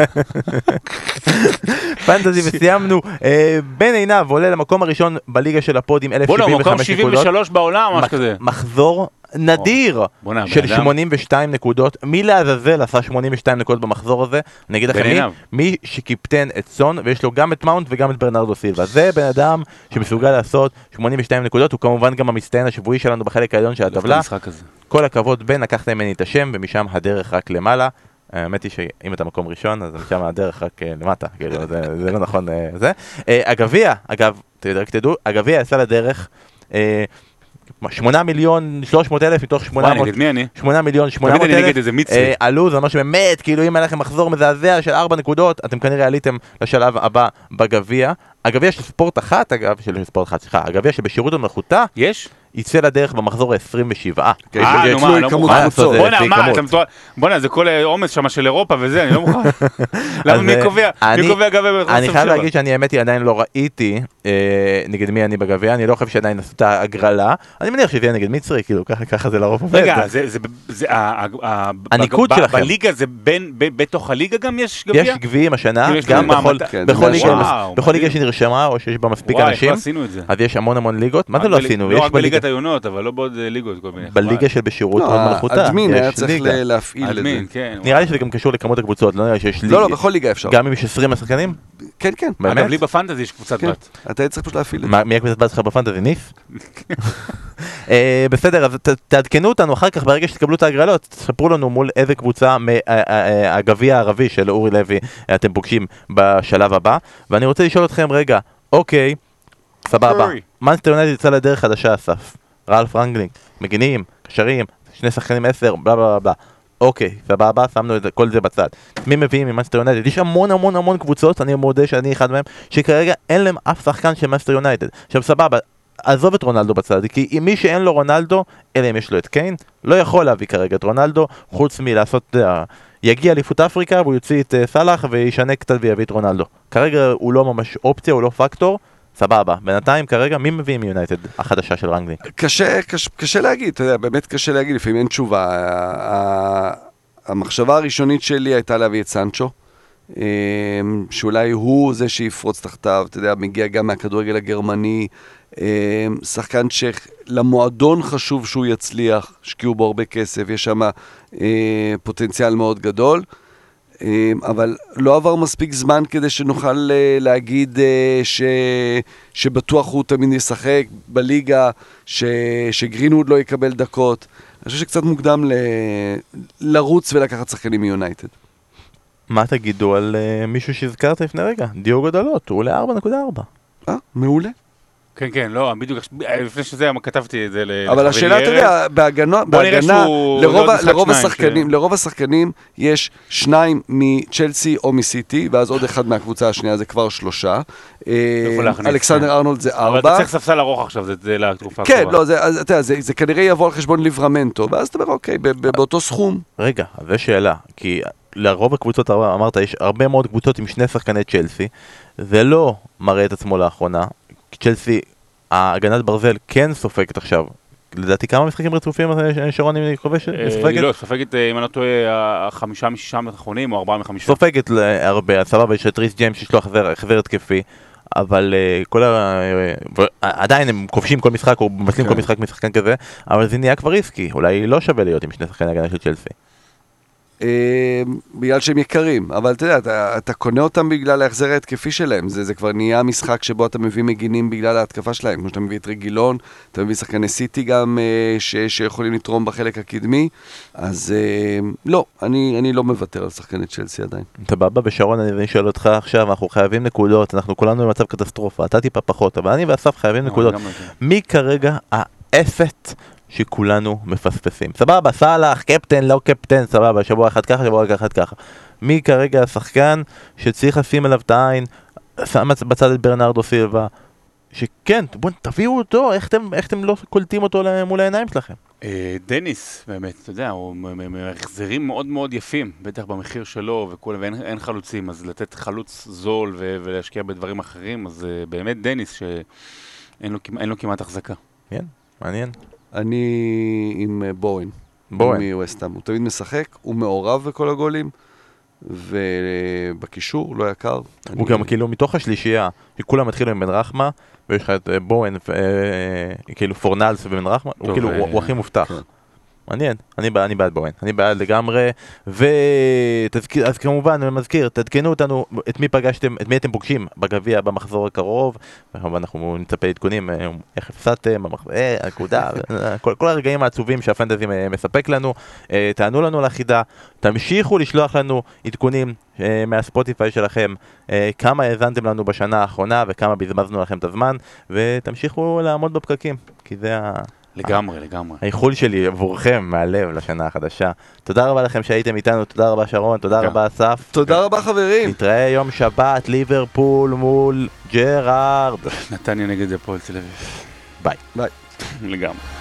פנטזי, וסיימנו. בן עינב עולה למקום הראשון בליגה של הפוד עם אלף שבעים וחמש נקודות. בוא לא, מקום שבעים ושלוש בעולם, משהו כזה. מחזור נדיר של שמונים ושתיים נקודות. מי לעזאזל עשה שמונים ושתיים נקודות במחזור הזה? אני אגיד לכם מי, מי שקיפטן את סון, ויש לו גם את מאונט וגם את ברנרדו סילבה. זה בן אדם שמסוגל לעשות שמונים ושתיים נקודות, הוא כמובן גם המסתיין השבועי שלנו בחלק העליון של הטבלה. כל הכבוד בן, לקחת ממני את השם, ומשם הדרך רק למעלה. האמת היא שאם אתה מקום ראשון, אז משם הדרך רק למטה, זה לא נכון זה. הגביע, אגב, תדעו, הגביע יצא לדרך שמונה מיליון שלוש מאות אלף מתוך שמונה מאות, שמונה מיליון שמונה מאות אלף עלו, זה אומר שבאמת, כאילו אם היה לכם מחזור מזעזע של ארבע נקודות, אתם כנראה עליתם לשלב הבא בגביע. הגביע של ספורט אחת, אגב, של ספורט אחת, סליחה, הגביע שבשירות המלאכותה, יש? יצא לדרך במחזור ה-עשרים ושבע. אה, נו מה, לא מוכן. בוא'נה, מה, בוא'נה, זה כל עומס שם של אירופה וזה, אני לא מוכן. למה, מי קובע? מי קובע גביע בחסר שבע? אני חייב להגיד שאני האמת היא עדיין לא ראיתי נגד מי אני בגביע, אני לא חושב שעדיין עשו את ההגרלה, אני מניח שזה יהיה נגד מצרי, כאילו, ככה זה לרוב עובד. רגע, זה, הניקוד שלכם. בליגה זה בין, בתוך הליגה גם יש גביע? יש גביעים השנה, גם בכל ליגה שנרשמה, או שיש בה מספיק אנשים, אז יש המון המון ליגות. מה זה לא עשינו? לא רק בליגת העיונות, אבל לא בעוד ליגות כל מיני. בליגה של בשירות עוד מלאכותה. אדמין היה צריך להפעיל את זה. נראה לי שזה גם קשור לכמות הקבוצות, לא נראה לי שיש ליגה. לא, לא, בכל ליגה אפשר. גם אם יש עשרים שחקנים? כן, כן. אגב, לי בפנטזי יש קבוצת בת. אתה צריך פשוט להפעיל את זה. מי הקבוצת בת שלך בפנטזי? ניף? בסדר, אז תעדכנו אותנו אחר כך, ברגע שתקבלו את ההגרלות, תספרו לנו מול איזה קבוצה מהגביע הערבי של אורי לוי אתם פוגשים בשלב הבא. ואני רוצה לשאול אתכם רגע, אוקיי, סבבה, מנצ'סטר יונייטד יצא לדרך חדשה, אסף, רלף רנגניק, מגינים, קשרים, שני שחקנים עשר, בלה בלה בלה. אוקיי, סבבה, שמנו את כל זה בצד. מי מביאים ממנצ'סטר יונייטד? יש המון המון המון קבוצות, אני מודה שאני אחד מהם, שכרגע אין להם אף שחקן של מנצ'סטר יונייטד. עכשיו סבבה, עזוב את רונלדו בצד, כי מי שאין לו רונלדו, אלא אם יש לו את קיין, לא יכול להביא כרגע את רונלדו, חוץ מלעשות, יגיע אליפות אפריקה, והוא יוציא את סלאח וישנה קצת ויביא את רונלדו. כרגע הוא לא ממש אופציה, הוא לא פקטור, סבבה. בינתיים כרגע, מי מביא מיונייטד החדשה של רנגניק? קשה, קשה, קשה להגיד, אתה יודע, באמת קשה להגיד, לפעמים אין תשובה. המחשבה הראשונית שלי הייתה להביא את סנצ'ו, שאולי הוא זה שיפרוץ תחתיו, אתה יודע, מגיע גם מהכדורגל הגרמני, שחקן שלמועדון חשוב שהוא יצליח, השקיעו בו הרבה כסף, יש שם פוטנציאל מאוד גדול, אבל לא עבר מספיק זמן כדי שנוכל להגיד ש... שבטוח הוא תמיד ישחק בליגה, ש... שגרינווד לא יקבל דקות. אני חושב שקצת מוקדם ל... לרוץ ולקחת שחקנים מיונייטד. מה תגידו על uh, מישהו שהזכרת לפני רגע? דיוגו דלות, הוא עולה ארבע נקודה ארבע. אה, מעולה. כן, כן, לא, בדיוק, לפני שזה כתבתי את זה לחברי אבל השאלה, אתה יודע, בהגנה, לרוב השחקנים, לרוב השחקנים יש שניים מצ'לסי או מסיטי, ואז עוד אחד מהקבוצה השנייה, זה כבר שלושה. אלכסנדר ארנולד זה ארבע. אבל אתה צריך ספסל ארוך עכשיו, זה לתרופה הקרובה. כן, לא, אתה יודע, זה כנראה יבוא על חשבון ליברמנטו, ואז אתה אומר, אוקיי, באותו סכום. רגע, זו שאלה, כי לרוב הקבוצות, אמרת, יש הרבה מאוד קבוצות עם שני שחקני צ'לסי, זה לא מראה את עצמו לאחרונה, צ'לסי, ההגנת ברזל כן סופגת עכשיו. לדעתי כמה משחקים רצופים שרון היא כובשת? לא, סופגת, אם אני לא טועה, חמישה משישה האחרונים או ארבעה מחמישה. סופגת הרבה, סבבה, יש את ריס ג'יימס שיש לו החזר התקפי, אבל כל ה... עדיין הם כובשים כל משחק או מסלים כל משחק משחקן כזה, אבל זה נהיה כבר ריסקי, אולי לא שווה להיות עם שני שחקני הגנה של צ'לסי. בגלל שהם יקרים, אבל אתה יודע, אתה, אתה קונה אותם בגלל ההחזר ההתקפי שלהם, זה, זה כבר נהיה משחק שבו אתה מביא מגינים בגלל ההתקפה שלהם, כמו שאתה מביא את רגילון, אתה מביא שחקני סיטי גם ש, שיכולים לתרום בחלק הקדמי, אז לא, אני, אני לא מוותר על שחקני צ'לסי עדיין. אתה בא בשרון, אני שואל אותך עכשיו, אנחנו חייבים נקודות, אנחנו כולנו במצב קטסטרופה, אתה טיפה פחות, אבל אני ואסף חייבים נקודות. מי כרגע האפת שכולנו מפספסים? סבבה, סלח, קפטן, לא קפטן, סבבה, שבוע אחד ככה, שבוע אחד ככה. מי כרגע השחקן שצריך לשים עליו את העין, שם בצד את ברנרדו סילבה, שכן, בואו תביאו אותו, איך אתם, איך אתם לא קולטים אותו מול העיניים שלכם? דניס, באמת, אתה יודע, הוא מחזרים מאוד מאוד יפים, בטח במחיר שלו וכו', ואין חלוצים, אז לתת חלוץ זול ולהשקיע בדברים אחרים, אז באמת דניס שאין לו כמעט החזקה. כן, מעניין. אני עם בואן, בואן. מווסטהאם. הוא תמיד משחק, הוא מעורב בכל הגולים, ובקישור לא יקר. הוא גם כאילו מתוך השלישייה, שכולם התחילו עם בן רחמה, ויש לך את בואן, כאילו פורנלס ובן רחמה, הוא כאילו, הוא הכי מובטח. מעניין, אני בעד, אני בעד בואן, אני בעד לגמרי, אז כמובן, אני מזכיר, תדכנו אותנו את מי פגשתם, את מי אתם פוגשים בגביע במחזור הקרוב, ואנחנו נצפה עדכונים, איך הפסדתם, הנקודה, כל הרגעים העצובים שהפנטזי מספק לנו, תענו לנו על החידה, תמשיכו לשלוח לנו עדכונים מהספוטיפיי שלכם, כמה האזנתם לנו בשנה האחרונה וכמה בזבזנו לכם את הזמן, ותמשיכו לעמוד בפקקים, כי זה ה... לגמרי, לגמרי. האיחול שלי עבורכם מהלב לשנה החדשה. תודה רבה לכם שהייתם איתנו, תודה רבה שרון, תודה רבה אסף. תודה רבה חברים. נתראה יום שבת, ליברפול מול ג'רארד. נתניה נגד הפועל תל אביב. ביי. ביי. לגמרי.